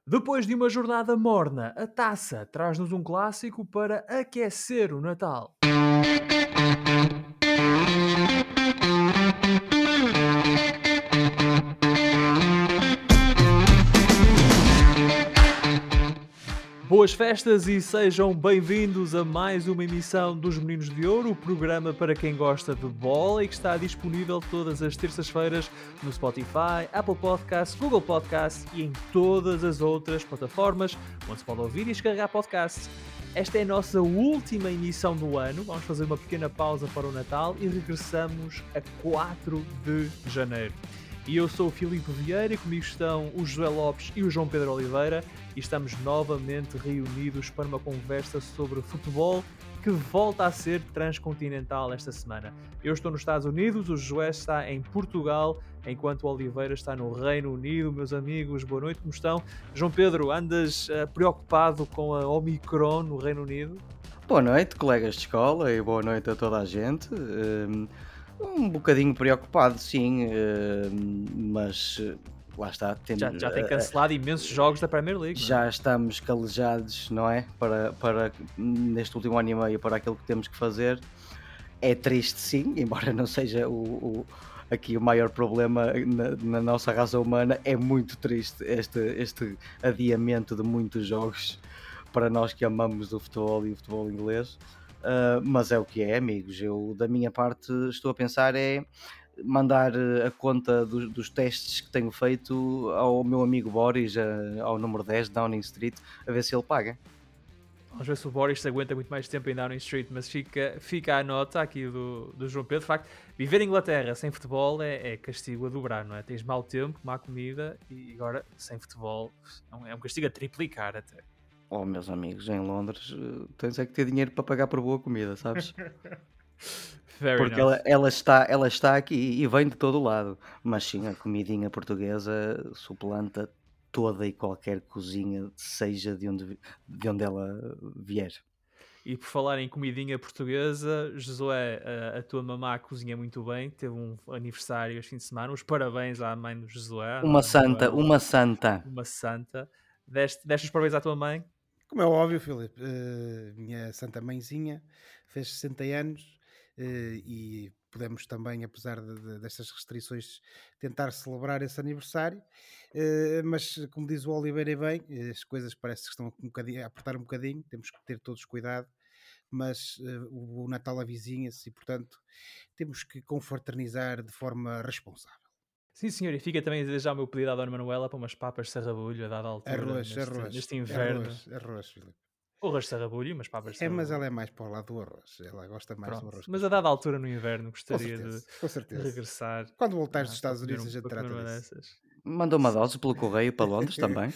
Depois de uma jornada morna, a Taça traz-nos um clássico para aquecer o Natal. Boas festas e sejam bem-vindos a mais uma emissão dos Meninos de Ouro, o programa para quem gosta de bola e que está disponível todas as terças-feiras no Spotify, Apple Podcasts, Google Podcasts e em todas as outras plataformas onde se pode ouvir e descarregar podcasts. Esta é a nossa última emissão do ano, vamos fazer uma pequena pausa para o Natal e regressamos a 4 de janeiro. E eu sou o Filipe Vieira e comigo estão o José Lopes e o João Pedro Oliveira e estamos novamente reunidos para uma conversa sobre futebol que volta a ser transcontinental esta semana. Eu estou nos Estados Unidos, o Joé está em Portugal, enquanto o Oliveira está no Reino Unido. Meus amigos, boa noite, como estão? João Pedro, andas preocupado com a Omicron no Reino Unido? Boa noite, colegas de escola, e boa noite a toda a gente. Um bocadinho preocupado, sim, mas lá está, Já tem cancelado imensos jogos da Premier League, não é? já estamos calejados, não é? Para neste último ano e meio, para aquilo que temos que fazer. É triste, sim, embora não seja aqui o maior problema na nossa raça humana. É muito triste este adiamento de muitos jogos para nós que amamos o futebol e o futebol inglês. Mas é o que é, amigos. Eu, da minha parte, estou a pensar mandar a conta dos testes que tenho feito ao meu amigo Boris, ao número 10 Downing Street, a ver se ele paga. Vamos ver se o Boris se aguenta muito mais tempo em Downing Street, mas fica a nota aqui do João Pedro. De facto, viver em Inglaterra sem futebol é castigo a dobrar, não é? Tens mau tempo, má comida e agora sem futebol é um castigo a triplicar até. Oh, meus amigos, em Londres tens é que ter dinheiro para pagar por boa comida, sabes? Fair Porque ela, enough. ela está aqui e vem de todo o lado. Mas sim, a comidinha portuguesa suplanta toda e qualquer cozinha, seja de onde ela vier. E por falar em comidinha portuguesa, Josué, a tua mamá cozinha muito bem, teve um aniversário este fim de semana. Os parabéns à mãe do Josué, à Uma santa, Manuela, uma santa. uma santa. Deste os parabéns à tua mãe? Como é óbvio, Filipe, minha santa mãezinha fez 60 anos, e pudemos também, apesar destas restrições, tentar celebrar esse aniversário. Mas, como diz o Oliveira e bem, as coisas parece que estão um bocadinho, a apertar um bocadinho, temos que ter todos cuidado, mas o Natal avizinha-se e, portanto, temos que confraternizar de forma responsável. Sim, senhor, e fica também a desejar o meu pedido à Dona Manuela para umas papas de sarrabulho a dada altura, Arroz, arroz, neste arroz, inverno. arroz, Filipe. Porras de sarrabulho e umas papas de Mas ela sarrabulho. é mais para o lado do arroz. Ela gosta mais do Pronto. arroz que Mas os a dada papas. altura no inverno Com gostaria de certeza, com certeza. regressar Quando voltares dos para Estados comer, Unidos, a gente para comer trata uma disso. dessas. Mandou uma Sim. dose pelo correio para Londres também.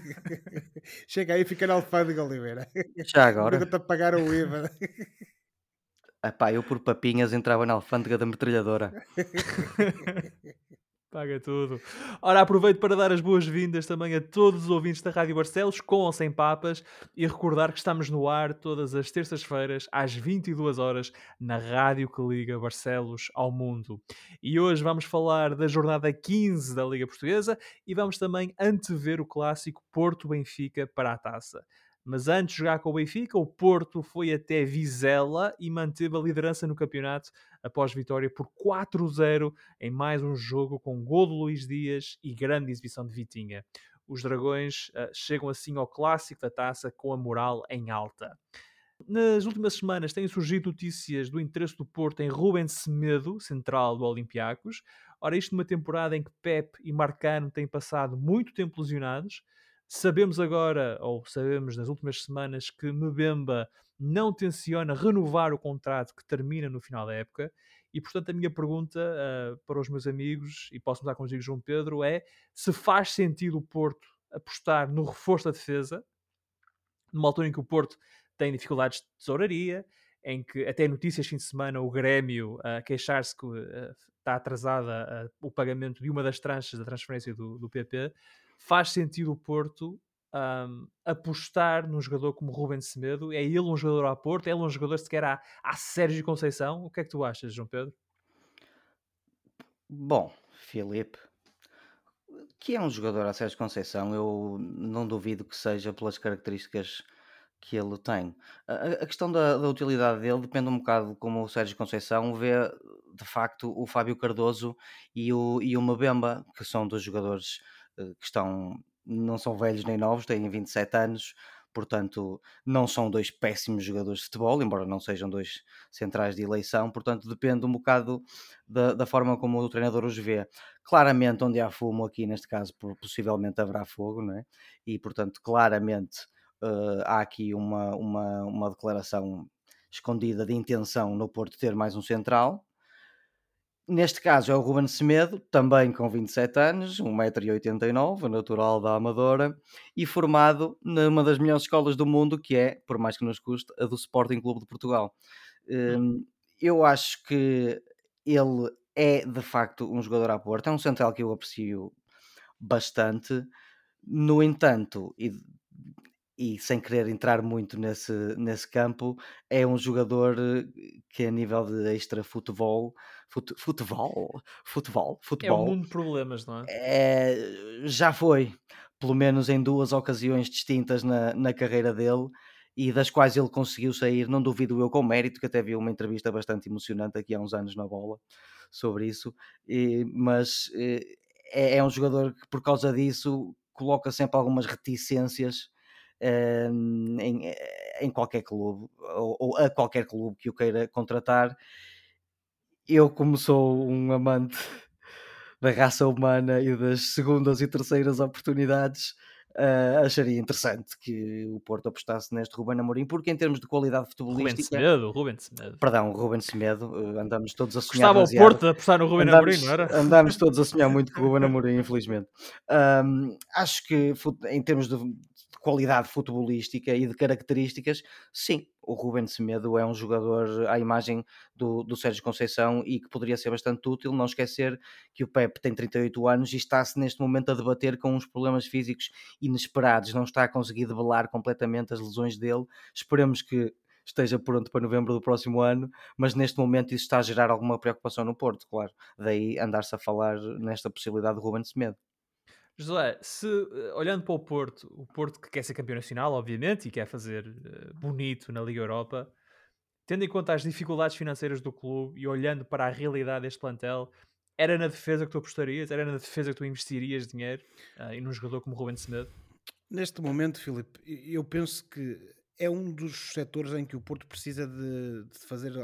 Chega aí e fica na alfândega, Oliveira. Já agora. Nunca te pagaram o IVA. Epá, eu por papinhas entrava na alfândega da metralhadora. Paga tudo. Ora, aproveito para dar as boas-vindas também a todos os ouvintes da Rádio Barcelos, com ou sem papas, e recordar que estamos no ar todas as terças-feiras, às 22 horas, na rádio que liga Barcelos ao mundo. E hoje vamos falar da jornada 15 da Liga Portuguesa e vamos também antever o clássico Porto-Benfica para a taça. Mas antes de jogar com o Benfica, o Porto foi até Vizela e manteve a liderança no campeonato após vitória por 4-0 em mais um jogo com gol de Luís Dias e grande exibição de Vitinha. Os Dragões chegam assim ao clássico da taça com a moral em alta. Nas últimas semanas têm surgido notícias do interesse do Porto em Rubén Semedo, central do Olympiacos. Ora, isto numa temporada em que Pep e Marcano têm passado muito tempo lesionados. Sabemos agora, ou sabemos nas últimas semanas, que Mbemba não tenciona renovar o contrato que termina no final da época. E, portanto, a minha pergunta para os meus amigos, e posso começar contigo, João Pedro, é se faz sentido o Porto apostar no reforço da defesa, numa altura em que o Porto tem dificuldades de tesouraria, em que até notícias fim de semana o Grêmio a queixar-se que está atrasada o pagamento de uma das tranches da transferência do PP. Faz sentido o Porto apostar num jogador como Rubén Semedo? É ele um jogador a Porto? É ele um jogador sequer a Sérgio Conceição? O que é que tu achas, João Pedro? Bom, Filipe, que é um jogador a Sérgio Conceição, eu não duvido que seja pelas características que ele tem. A questão da utilidade dele depende um bocado como o Sérgio Conceição vê, de facto, o Fábio Cardoso e o Mbemba, que são 2 jogadores, que estão não são velhos nem novos, têm 27 anos, portanto, não são 2 péssimos jogadores de futebol, embora não sejam 2 centrais de eleição, portanto, depende um bocado da forma como o treinador os vê. Claramente, onde há fumo, aqui neste caso, possivelmente haverá fogo, não é? E, portanto, claramente, há aqui uma declaração escondida de intenção no Porto ter mais um central. Neste caso é o Ruben Semedo, também com 27 anos, 1,89 m, natural da Amadora e formado numa das melhores escolas do mundo, que é, por mais que nos custe, a do Sporting Clube de Portugal. Hum. Eu acho que ele é de facto um jogador à porta, é um central que eu aprecio bastante. No entanto, e sem querer entrar muito nesse campo, é um jogador que a nível de extra futebol, É um futebol, mundo de problemas, não é? já foi, pelo menos em 2 ocasiões distintas na carreira dele, e das quais ele conseguiu sair, não duvido eu, com mérito, que até vi uma entrevista bastante emocionante aqui há uns anos na Bola sobre isso, mas é um jogador que por causa disso coloca sempre algumas reticências em qualquer clube ou a qualquer clube que o queira contratar. Eu, como sou um amante da raça humana e das segundas e terceiras oportunidades, acharia interessante que o Porto apostasse neste Ruben Amorim, porque em termos de qualidade futebolística, Ruben Semedo. perdão, Ruben Semedo, andamos todos a sonhar Gostava o demasiado. Porto de apostar no Ruben Amorim, não Andámos, era? andámos todos a sonhar muito com o Ruben Amorim, infelizmente. Acho que em termos de qualidade futebolística e de características, sim, o Ruben Semedo é um jogador à imagem do Sérgio Conceição e que poderia ser bastante útil. Não esquecer que o Pepe tem 38 anos e está-se neste momento a debater com uns problemas físicos inesperados, não está a conseguir debelar completamente as lesões dele. Esperemos que esteja pronto para novembro do próximo ano, mas neste momento isso está a gerar alguma preocupação no Porto, claro. Daí andar-se a falar nesta possibilidade de Ruben Semedo. José, olhando para o Porto que quer ser campeão nacional, obviamente, e quer fazer bonito na Liga Europa, tendo em conta as dificuldades financeiras do clube e olhando para a realidade deste plantel, era na defesa que tu apostarias? Era na defesa que tu investirias dinheiro e num jogador como Ruben Semedo? Neste momento, Filipe, eu penso que é um dos setores em que o Porto precisa de fazer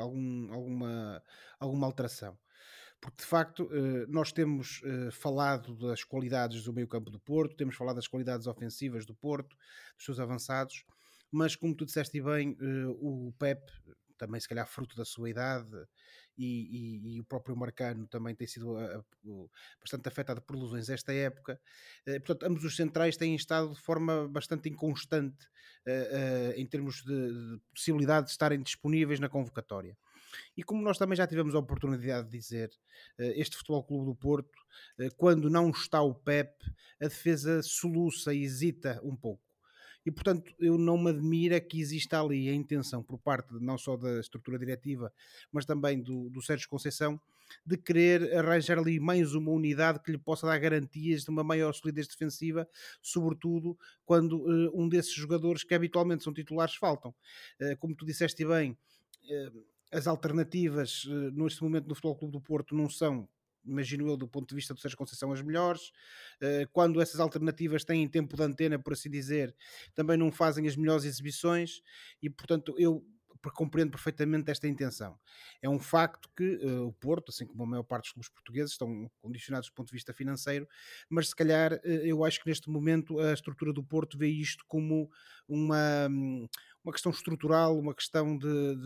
alguma alteração. Porque de facto nós temos falado das qualidades do meio-campo do Porto, temos falado das qualidades ofensivas do Porto, dos seus avançados, mas como tu disseste bem, o Pep, também se calhar fruto da sua idade, e o próprio Marcano também tem sido bastante afetado por lesões esta época. Portanto, ambos os centrais têm estado de forma bastante inconstante em termos de possibilidade de estarem disponíveis na convocatória. E como nós também já tivemos a oportunidade de dizer, este Futebol Clube do Porto, quando não está o Pep, a defesa soluça e hesita um pouco. E portanto, eu não me admira que exista ali a intenção por parte não só da estrutura diretiva, mas também do Sérgio Conceição, de querer arranjar ali mais uma unidade que lhe possa dar garantias de uma maior solidez defensiva, sobretudo quando um desses jogadores que habitualmente são titulares faltam. Como tu disseste bem, eh, as alternativas neste momento no Futebol Clube do Porto não são, imagino eu, do ponto de vista do Sérgio Conceição, as melhores. Quando essas alternativas têm tempo de antena, por assim dizer, também não fazem as melhores exibições e, portanto, eu compreendo perfeitamente esta intenção. É um facto que o Porto, assim como a maior parte dos clubes portugueses, estão condicionados do ponto de vista financeiro, mas se calhar eu acho que neste momento a estrutura do Porto vê isto como uma, uma questão estrutural, uma questão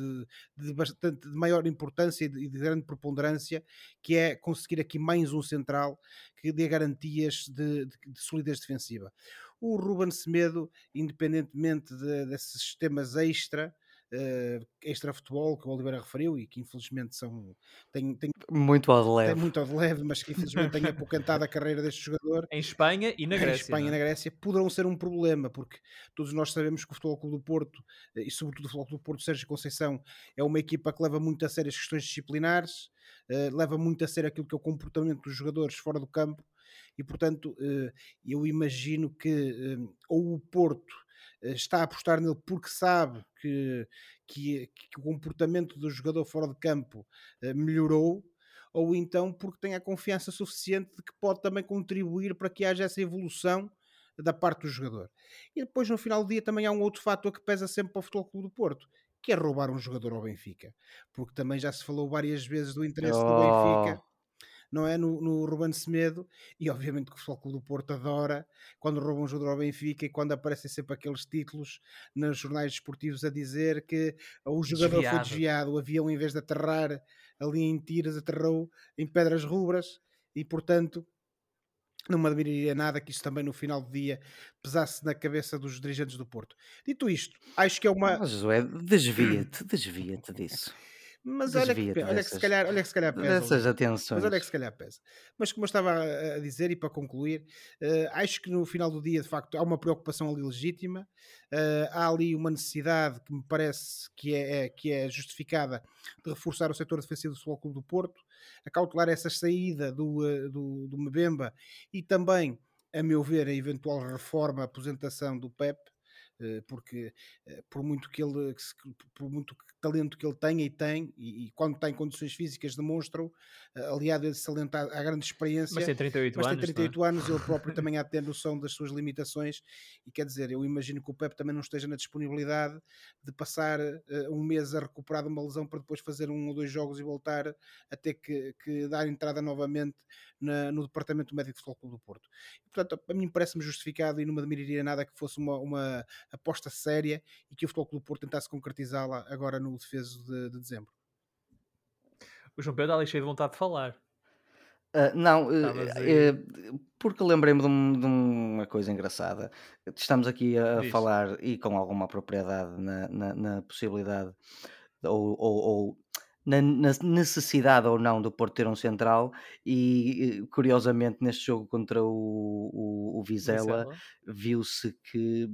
de maior importância e de grande preponderância, que é conseguir aqui mais um central que dê garantias de solidez defensiva. O Ruben Semedo, independentemente desses temas extra futebol que o Oliveira referiu e que infelizmente têm Muito ao de tem leve. muito ao de leve, mas que infelizmente têm apoquentado a carreira deste jogador Em Espanha e na em Grécia, Espanha não e na é? Grécia, poderão ser um problema, porque todos nós sabemos que o Futebol Clube do Porto, e sobretudo o Futebol Clube do Porto Sérgio Conceição, é uma equipa que leva muito a sério as questões disciplinares, leva muito a sério aquilo que é o comportamento dos jogadores fora do campo, e portanto eu imagino que ou o Porto está a apostar nele porque sabe que o comportamento do jogador fora de campo melhorou, ou então porque tem a confiança suficiente de que pode também contribuir para que haja essa evolução da parte do jogador. E depois, no final do dia, também há um outro fator que pesa sempre para o Futebol Clube do Porto, que é roubar um jogador ao Benfica. Porque também já se falou várias vezes do interesse do Oh, Benfica, não é? No Ruben Semedo, e obviamente que o Futebol Clube do Porto adora quando roubam um jogador ao Benfica e quando aparecem sempre aqueles títulos nos jornais desportivos a dizer que o jogador foi Desviado. desviado, o avião em vez de aterrar ali em tiras, aterrou em pedras rubras e portanto não me admiraria nada que isso também no final do dia pesasse na cabeça dos dirigentes do Porto. Dito isto, acho que é uma. oh Josué, desvia-te disso. Mas Desvia-te olha que se calhar pesa, dessas Luís. Mas olha que se atenções. calhar pesa. Mas como eu estava a dizer, e para concluir, acho que no final do dia, de facto, há uma preocupação ali legítima, há ali uma necessidade que me parece que é justificada de reforçar o setor defensivo do Futebol Clube do Porto, a cautelar essa saída do Mbemba e também, a meu ver, a eventual reforma, aposentação do Pep, porque por muito que ele por muito talento que ele tenha e tem, e quando tem condições físicas demonstram, aliado a esse talento à grande Mas experiência, tem 38 mas tem anos, não é? 38 anos, ele próprio também há de ter noção das suas limitações, e quer dizer, eu imagino que o Pep também não esteja na disponibilidade de passar um mês a recuperar de uma lesão para depois fazer um ou dois jogos e voltar a ter que dar entrada novamente no departamento médico do Futebol Clube do Porto. E, portanto, a mim parece-me justificado e não me admiraria nada que fosse uma aposta séria e que o Futebol Clube do Porto tentasse concretizá-la agora no defeso de dezembro. O João Pedro está ali cheio de vontade de falar. Não, Estavas aí. porque lembrei-me de uma coisa engraçada. Estamos aqui a Diz. falar, e com alguma propriedade, na possibilidade ou na necessidade ou não do Porto ter um central, e curiosamente neste jogo contra o Vizela Vizela. viu-se que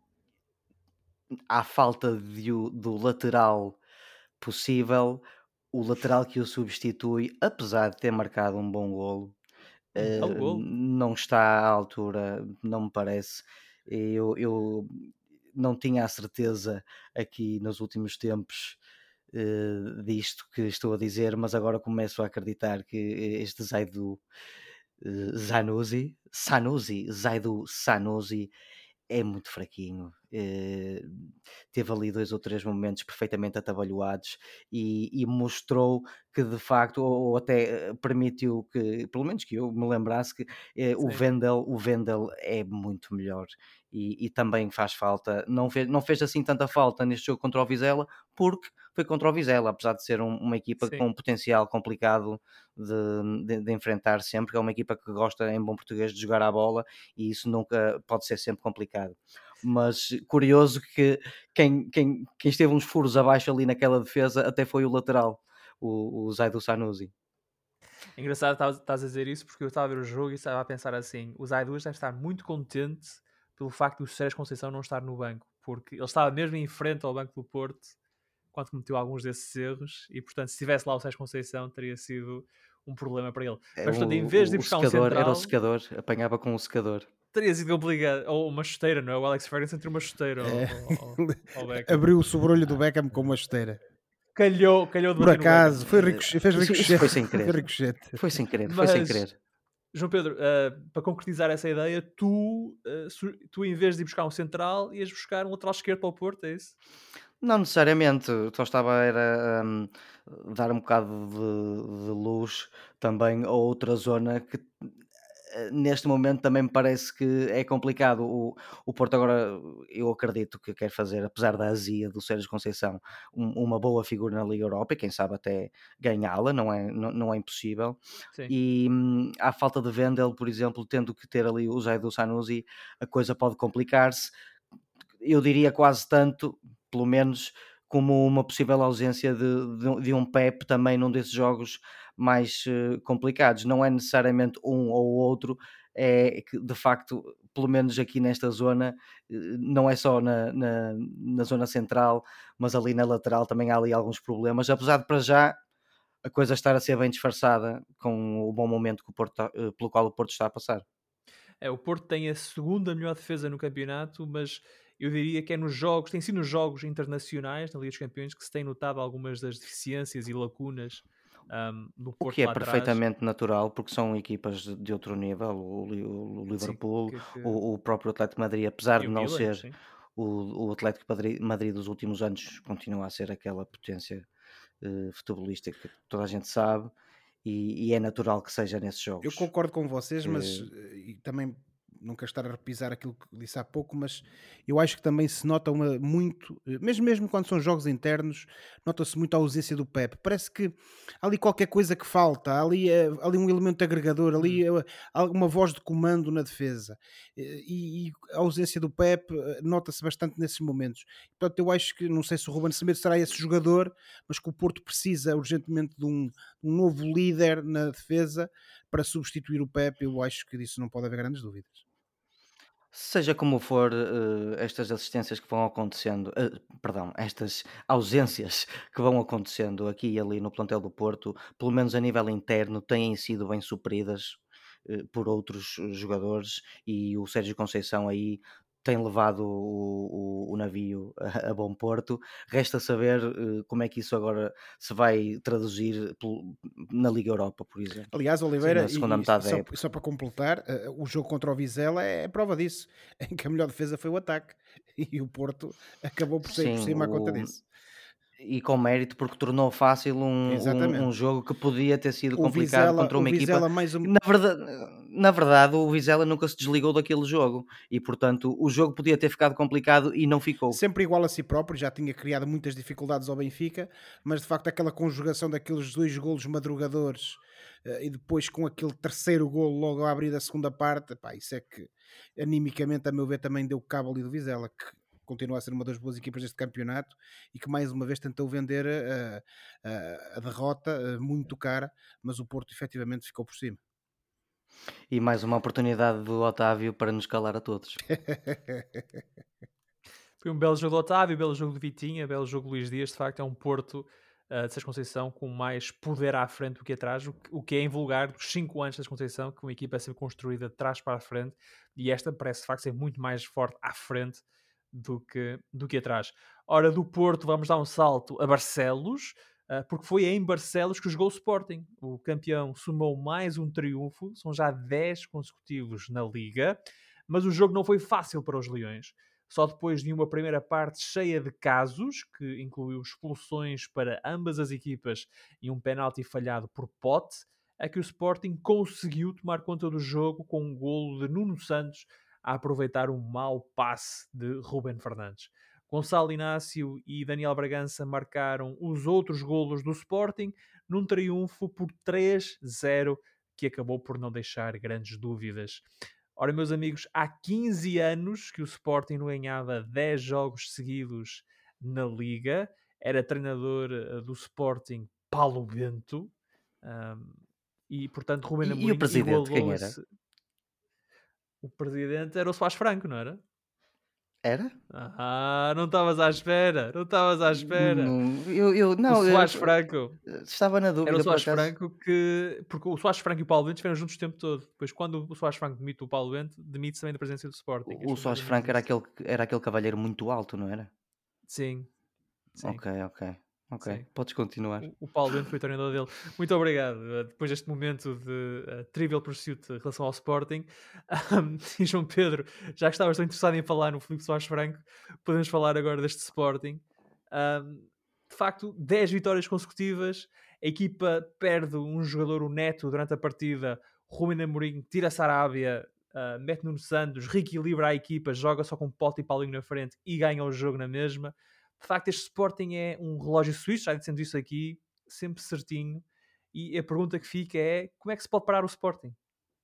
à falta do lateral possível, o lateral que o substitui, apesar de ter marcado um bom golo, Um belo golo. não está à altura, não me parece. Eu não tinha a certeza aqui nos últimos tempos disto que estou a dizer, mas agora começo a acreditar que este Zaidu Zaidu Sanusi é muito fraquinho. Teve ali 2 ou 3 momentos perfeitamente atabalhoados e mostrou que de facto ou até, permitiu que, pelo menos que eu me lembrasse que, Sim. O Wendel é muito melhor e também faz falta. Não fez assim tanta falta neste jogo contra o Vizela, porque foi contra o Vizela, apesar de ser uma equipa com Sim. um potencial complicado de enfrentar sempre, que é uma equipa que gosta, em bom português, de jogar à bola, e isso nunca pode ser sempre complicado. Mas curioso que quem esteve uns furos abaixo ali naquela defesa até foi o lateral, o Zaidu Sanusi. Engraçado estás a dizer isso porque eu estava a ver o jogo e estava a pensar assim: o Zaidu deve estar muito contente pelo facto do Sérgio Conceição não estar no banco, porque ele estava mesmo em frente ao banco do Porto quando cometeu alguns desses erros e, portanto, se estivesse lá o Sérgio Conceição teria sido um problema para ele. É Mas, portanto, em vez de ir o buscar um secador, era o central, secador, apanhava com o secador. teria sido complicado. Ou uma chuteira, não é? O Alex Ferguson tem uma chuteira É, ao Beckham. abriu o sobrolho do Beckham com uma esteira. Calhou de Por bater no Beckham. acaso, fez Isso foi ricochete. sem Foi querer, ricochete. foi sem Mas, querer. João Pedro, para concretizar essa ideia, tu em vez de ir buscar um central, ias buscar um lateral esquerdo para o Porto, é isso? Não necessariamente, só estava era, dar um bocado de luz também a outra zona que, neste momento também me parece que é complicado. O Porto agora, eu acredito que quer fazer, apesar da azia do Sérgio Conceição, uma boa figura na Liga Europa e quem sabe até ganhá-la, não é impossível. Sim, E à falta de Vendel, por exemplo, tendo que ter ali o Zaidu Sanusi, a coisa pode complicar-se. Eu diria quase tanto, pelo menos, como uma possível ausência de um Pep também num desses jogos mais complicados. Não é necessariamente um ou outro, é que de facto, pelo menos aqui nesta zona, não é só na zona central, mas ali na lateral também há ali alguns problemas, apesar de para já a coisa estar a ser bem disfarçada com o bom momento que pelo qual o Porto está a passar. O Porto tem a segunda melhor defesa no campeonato, mas eu diria que é nos jogos, tem sido nos jogos internacionais, na Liga dos Campeões, que se tem notado algumas das deficiências e lacunas do O que Porto é lá atrás. perfeitamente natural, porque são equipas de outro nível, o Sim, Liverpool, que o próprio Atlético de Madrid, apesar e de o não Milan, ser sim. o Atlético Madrid dos últimos anos, continua a ser aquela potência futebolística que toda a gente sabe, e é natural que seja nesses Eu jogos. concordo com vocês, mas Eh, e também não quero estar a repisar aquilo que disse há pouco, mas eu acho que também se nota muito, mesmo quando são jogos internos, nota-se muito a ausência do Pep. Parece que há ali qualquer coisa que falta, há ali um elemento agregador, ali Hum. há alguma voz de comando na defesa. E a ausência do Pep nota-se bastante nesses momentos. Portanto, eu acho que, não sei se o Ruben Semedo será esse jogador, mas que o Porto precisa urgentemente de um novo líder na defesa para substituir o Pepe. Eu acho que disso não pode haver grandes dúvidas. Seja como for, estas assistências que vão acontecendo, perdão, estas ausências que vão acontecendo aqui e ali no plantel do Porto, pelo menos a nível interno, têm sido bem supridas, por outros jogadores, e o Sérgio Conceição aí tem levado o navio a bom porto. Resta saber, como é que isso agora se vai traduzir na Liga Europa, por exemplo, Aliás, Oliveira, na segunda metade da e época. só para completar, o jogo contra o Vizela é prova disso, em que a melhor defesa foi o ataque e o Porto acabou por sair por Sim, cima à conta disso. e com mérito, porque tornou fácil um Exatamente. jogo que podia ter sido O complicado Vizela, contra o uma equipa Vizela mais que um. na verdade o Vizela nunca se desligou daquele jogo e, portanto, o jogo podia ter ficado complicado e não ficou. Sempre igual a si próprio, já tinha criado muitas dificuldades ao Benfica, mas de facto aquela conjugação daqueles dois golos madrugadores, e depois com aquele terceiro golo logo a abrir da segunda parte, pá, isso é que animicamente, a meu ver, também deu cabo ali do Vizela, que continua a ser uma das boas equipas deste campeonato e que mais uma vez tentou vender a derrota muito cara, mas o Porto efetivamente ficou por cima. E mais uma oportunidade do Otávio para nos calar a todos. Foi um belo jogo do Otávio, belo jogo de Vitinha, belo jogo de Luís Dias. De facto, é um Porto de Sérgio Conceição com mais poder à frente do que atrás, o que é invulgar dos 5 anos de Sérgio Conceição, que uma equipa é sempre construída de trás para a frente, e esta parece de facto ser muito mais forte à frente do que atrás. Ora, do Porto, vamos dar um salto a Barcelos, porque foi em Barcelos que jogou o Sporting. O campeão somou mais um triunfo, são já 10 consecutivos na Liga, mas o jogo não foi fácil para os Leões. Só depois de uma primeira parte cheia de casos, que incluiu expulsões para ambas as equipas e um penalti falhado por Pote, é que o Sporting conseguiu tomar conta do jogo com um golo de Nuno Santos a aproveitar um mau passe de Ruben Fernandes. Gonçalo Inácio e Daniel Bragança marcaram os outros golos do Sporting num triunfo por 3-0 que acabou por não deixar grandes dúvidas. Ora, meus amigos, há 15 anos que o Sporting não ganhava 10 jogos seguidos na Liga. Era treinador do Sporting Paulo Bento. Um, e, portanto, Ruben E o Amorim presidente, quem igualou era? esse... O presidente era o Soares Franco, não era? Era? Não estavas à espera. Não estavas à espera. Não, O não, Soares Franco. estava na Era o dúvida por Soares acaso. Franco que... Porque o Soares Franco e o Paulo Bento estiveram juntos o tempo todo. Depois, quando o Soares Franco demite o Paulo Bento, demite-se também da presença do Sporting. O Este foi mais Soares ou menos Franco isso. era aquele cavalheiro muito alto, não era? Sim, sim, Ok, ok, ok. sim. Podes continuar. O Paulo Bento foi o treinador dele. Muito obrigado. Depois deste momento de Trivial Pursuit em relação ao Sporting, e João Pedro, já que estavas tão interessado em falar no Filipe Soares Franco, podemos falar agora deste Sporting. De facto, 10 vitórias consecutivas. A equipa perde um jogador, o Neto, durante a partida. Ruben Amorim tira a Sarabia, mete Nuno Santos, reequilibra a equipa, joga só com Pote e Paulinho na frente e ganha o jogo na mesma. De facto, este Sporting é um relógio suíço, já dissemos isso aqui, sempre certinho. E a pergunta que fica é: como é que se pode parar o Sporting?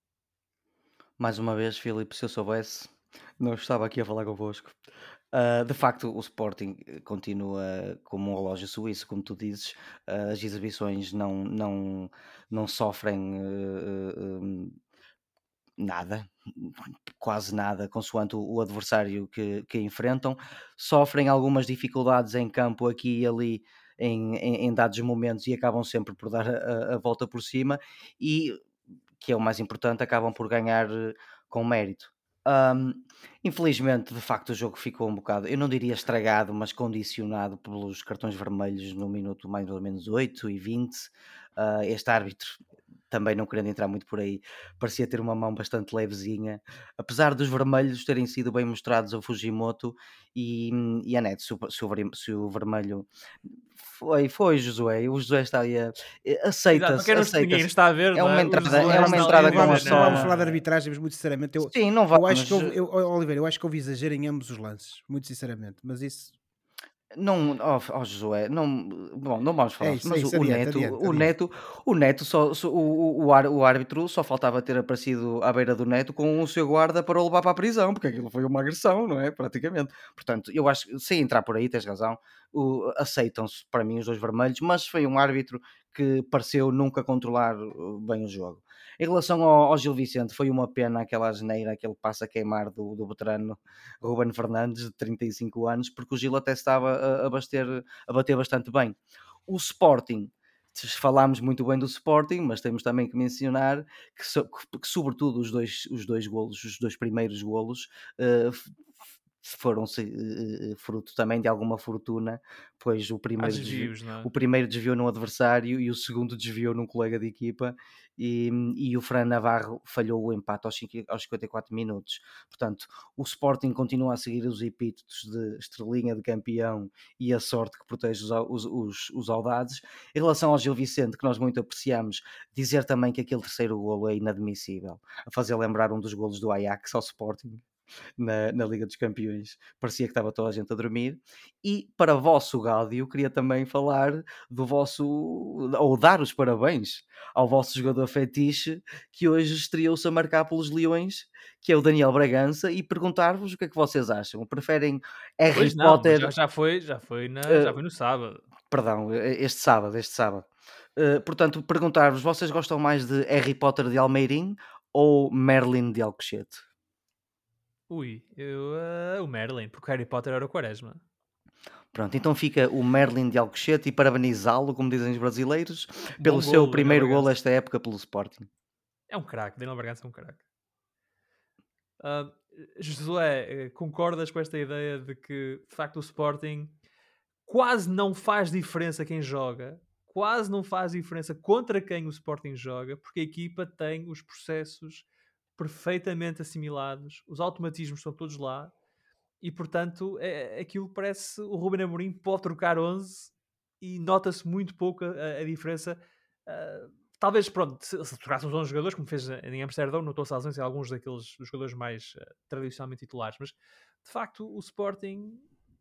Mais uma vez, Filipe, se eu soubesse, não estava aqui a falar convosco. De facto, o Sporting continua como um relógio suíço, como tu dizes. As exibições não sofrem nada, quase nada, consoante o adversário que enfrentam. Sofrem algumas dificuldades em campo aqui e ali em dados momentos e acabam sempre por dar a volta por cima. E que é o mais importante, acabam por ganhar com mérito. Ahm, Infelizmente, de facto, o jogo ficou um bocado, eu não diria estragado, mas condicionado pelos cartões vermelhos no minuto mais ou menos 8 e 20. Este árbitro, também não querendo entrar muito por aí, parecia ter uma mão bastante levezinha, apesar dos vermelhos terem sido bem mostrados ao Fujimoto e a Neto, se o vermelho foi Josué, o Josué está aí Exato, para quem não, ninguém aceita-se. está a ver, É não uma é? O entrada, Josué é uma está ali Não a entrada com a vamos, dizer, não vamos falar não. de sorte. arbitragem, mas muito sinceramente, Sim, não eu acho vamos. que Oliveira, eu acho que houve exagero em ambos os lances, muito sinceramente, mas isso Não, Josué, não, bom, não vamos é falar, isso, é mas isso, adiante, adiante, adiante. O Neto o árbitro só faltava ter aparecido à beira do Neto com o seu guarda para o levar para a prisão, porque aquilo foi uma agressão, não é? Praticamente. Portanto, eu acho que, sem entrar por aí, tens razão, aceitam-se para mim os dois vermelhos, mas foi um árbitro que pareceu nunca controlar bem o jogo. Em relação ao Gil Vicente, foi uma pena aquela asneira, aquele passo a queimar do veterano Ruben Fernandes, de 35 anos, porque o Gil até estava a bater bastante bem. O Sporting, falámos muito bem do Sporting, mas temos também que mencionar que sobretudo os dois golos, os dois primeiros golos, foram fruto também de alguma fortuna, pois Há desvios, não é? o primeiro desviou num adversário e o segundo desviou num colega de equipa e o Fran Navarro falhou o empate aos 54 minutos. Portanto, o Sporting continua a seguir os epítetos de estrelinha de campeão e a sorte que protege os audazes. Em relação ao Gil Vicente, que nós muito apreciamos, dizer também que aquele terceiro golo é inadmissível, a fazer lembrar um dos golos do Ajax ao Sporting na Liga dos Campeões. Parecia que estava toda a gente a dormir. E para vosso gáudio, queria também falar do vosso, ou dar os parabéns ao vosso jogador fetiche, que hoje estreou-se a marcar pelos Leões, que é o Daniel Bragança, e perguntar-vos o que é que vocês acham. Preferem Harry Pois não, mas Potter, já eh, foi no sábado. perdão, este sábado. Portanto, perguntar-vos, vocês gostam mais de Harry Potter de Almeirim ou Merlin de Alcochete? Ui, o Merlin, porque Harry Potter era o Quaresma. Pronto, então fica o Merlin de Alcochete e parabenizá-lo, como dizem os brasileiros, pelo Bom seu golo, Daniel primeiro golo Bragança. esta época pelo Sporting. É um craque, Daniel Bragança é um craque. Ah, Josué, concordas com esta ideia de que, de facto, o Sporting quase não faz diferença quem joga, quase não faz diferença contra quem o Sporting joga, porque a equipa tem os processos perfeitamente assimilados, os automatismos estão todos lá e, portanto, aquilo parece o Ruben Amorim pode trocar 11 e nota-se muito pouco a diferença. ah, Talvez, pronto, se trocasse os 11 jogadores, como fez em Amsterdão, notou-se a ausência de alguns daqueles dos jogadores mais tradicionalmente titulares, mas de facto o Sporting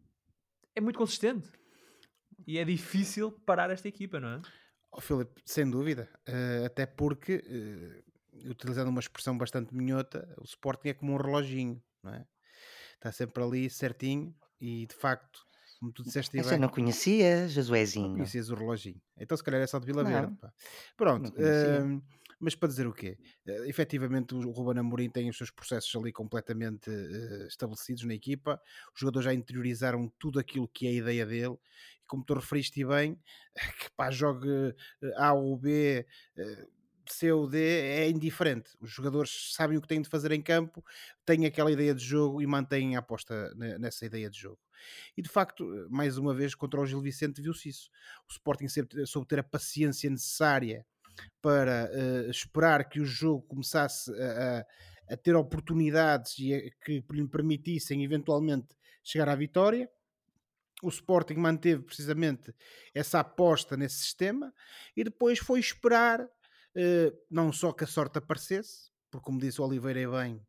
é muito consistente e é difícil parar esta equipa, não é? Oh, Filipe, sem dúvida, até porque, utilizando uma expressão bastante minhota, o Sporting é como um reloginho, não é? Está sempre ali certinho e, de facto, como tu disseste e Essa eu bem, não conhecia, não Josuezinho. conhecias o reloginho. Então, se calhar é só de Vila Verde, Não, pá. não Pronto, conhecia. mas para dizer o quê? Efetivamente, o Ruben Amorim tem os seus processos ali completamente estabelecidos na equipa. Os jogadores já interiorizaram tudo aquilo que é a ideia dele. E como tu referiste bem, que pá, jogue A ou B, eh, C ou D, é indiferente. Os jogadores sabem o que têm de fazer em campo, têm aquela ideia de jogo e mantêm a aposta nessa ideia de jogo. E de facto, mais uma vez, contra o Gil Vicente viu-se isso. O Sporting soube ter a paciência necessária para esperar que o jogo começasse a ter oportunidades que lhe permitissem eventualmente chegar à vitória. O Sporting manteve precisamente essa aposta nesse sistema e depois foi esperar não só que a sorte aparecesse, porque como disse o Oliveira e bem,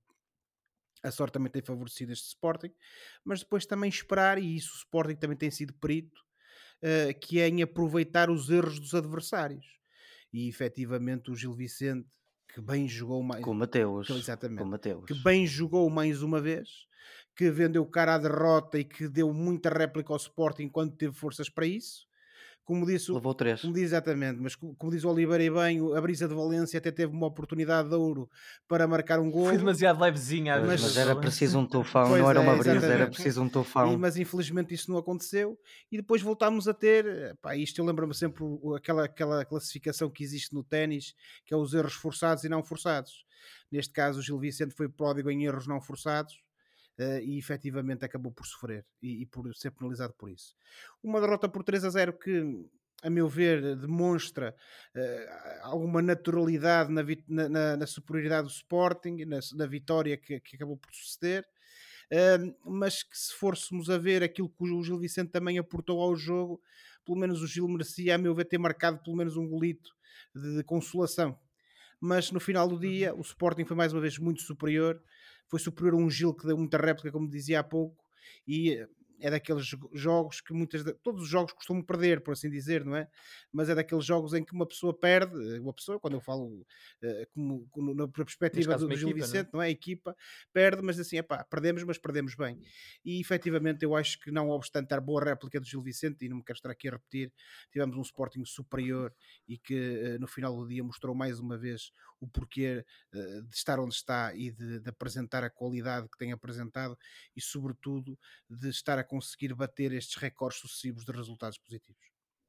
a sorte também tem favorecido este Sporting, mas depois também esperar, e isso o Sporting também tem sido perito, que é em aproveitar os erros dos adversários. E efetivamente o Gil Vicente, que bem jogou mais, Com exatamente, Mateus. que bem jogou mais uma vez, que vendeu cara à derrota e que deu muita réplica ao Sporting enquanto teve forças para isso, como disse, Levou 3. como diz exatamente, mas como diz o Oliveira e bem, a Brisa de Valência até teve uma oportunidade de ouro para marcar um Foi golo, demasiado levezinha a Pois, Brisa mas de mas era Valência. preciso um tufão, não pois era é, uma brisa, era exatamente. preciso um tufão. Mas infelizmente isso não aconteceu e depois voltámos a ter, pá, isto eu lembro-me sempre aquela classificação que existe no ténis, que é os erros forçados e não forçados. Neste caso, o Gil Vicente foi pródigo em erros não forçados, e efetivamente acabou por sofrer e por ser penalizado por isso. Uma derrota por 3-0 que, a meu ver, demonstra alguma naturalidade na superioridade do Sporting, na vitória que acabou por suceder. Mas que, se fôssemos a ver aquilo que o Gil Vicente também aportou ao jogo, pelo menos o Gil merecia, a meu ver, ter marcado pelo menos um golito de consolação. Mas no final do dia o Sporting foi mais uma vez muito superior, foi superior a um Gil que deu muita réplica, como dizia há pouco, e é daqueles jogos que todos os jogos costumam perder, por assim dizer, não é? Mas é daqueles jogos em que uma pessoa perde, uma pessoa, quando eu falo na Neste perspectiva caso, do uma Gil equipa, não é? Vicente, não é? A equipa perde, mas assim, epá, perdemos, mas perdemos bem. E efetivamente eu acho que, não obstante a boa réplica do Gil Vicente, e não me quero estar aqui a repetir, tivemos um Sporting superior e que no final do dia mostrou mais uma vez o porquê de estar onde está e de apresentar a qualidade que tem apresentado e, sobretudo, de estar a conseguir bater estes recordes sucessivos de resultados positivos.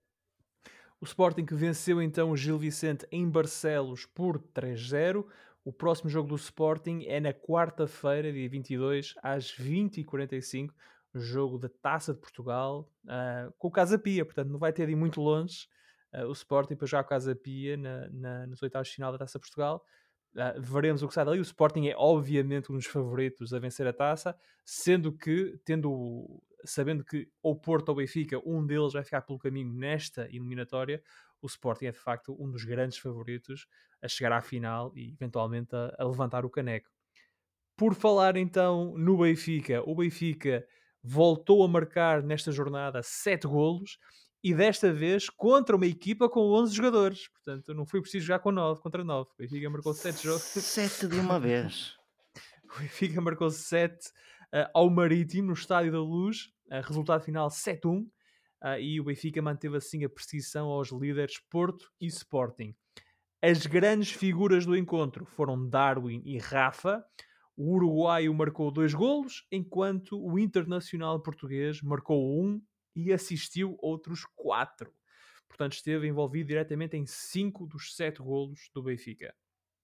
O Sporting que venceu então o Gil Vicente em Barcelos por 3-0. O próximo jogo do Sporting é na quarta-feira, dia 22, às 20h45, o jogo da Taça de Portugal, com o Casa Pia, portanto não vai ter de ir muito longe o Sporting para jogar o Casa Pia nos oitavos de final da Taça de Portugal. Veremos o que sai dali. O Sporting é obviamente um dos favoritos a vencer a taça, sendo que, sabendo que ou Porto ou Benfica, um deles vai ficar pelo caminho nesta eliminatória, o Sporting é de facto um dos grandes favoritos a chegar à final e eventualmente a levantar o caneco. Por falar então no Benfica, o Benfica voltou a marcar nesta jornada 7 golos e desta vez contra uma equipa com 11 jogadores. Portanto, não foi preciso jogar com 9 contra 9. O Benfica marcou 7 jogos. 7 de uma vez. O Benfica marcou 7 ao Marítimo, no Estádio da Luz. Resultado final 7-1. E o Benfica manteve assim a perseguição aos líderes Porto e Sporting. As grandes figuras do encontro foram Darwin e Rafa. O uruguaio marcou 2 golos, enquanto o internacional português marcou 1 e assistiu outros 4. Portanto, esteve envolvido diretamente em 5 dos 7 golos do Benfica.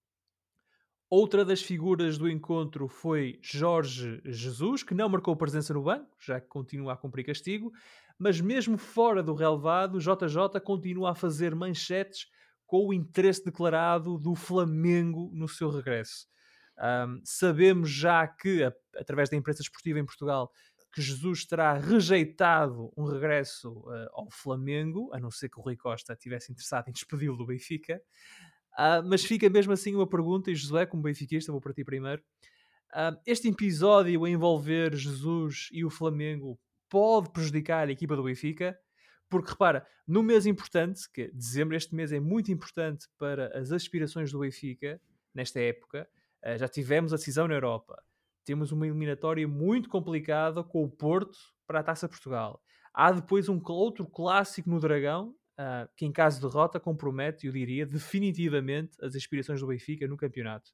Outra das figuras do encontro foi Jorge Jesus, que não marcou presença no banco, já que continua a cumprir castigo, mas mesmo fora do relevado, JJ continua a fazer manchetes com o interesse declarado do Flamengo no seu regresso. Sabemos já que, através da imprensa esportiva em Portugal, que Jesus terá rejeitado um regresso ao Flamengo, a não ser que o Rui Costa estivesse interessado em despedi-lo do Benfica. Mas fica mesmo assim uma pergunta, e Josué, como benfiquista, vou para ti primeiro. Este episódio a envolver Jesus e o Flamengo pode prejudicar a equipa do Benfica? Porque repara, num mês importante, que dezembro, este mês é muito importante para as aspirações do Benfica, nesta época, já tivemos a decisão na Europa. Temos uma eliminatória muito complicada com o Porto para a Taça Portugal. Há depois um outro clássico no Dragão, que em caso de derrota compromete, eu diria, definitivamente as aspirações do Benfica no campeonato.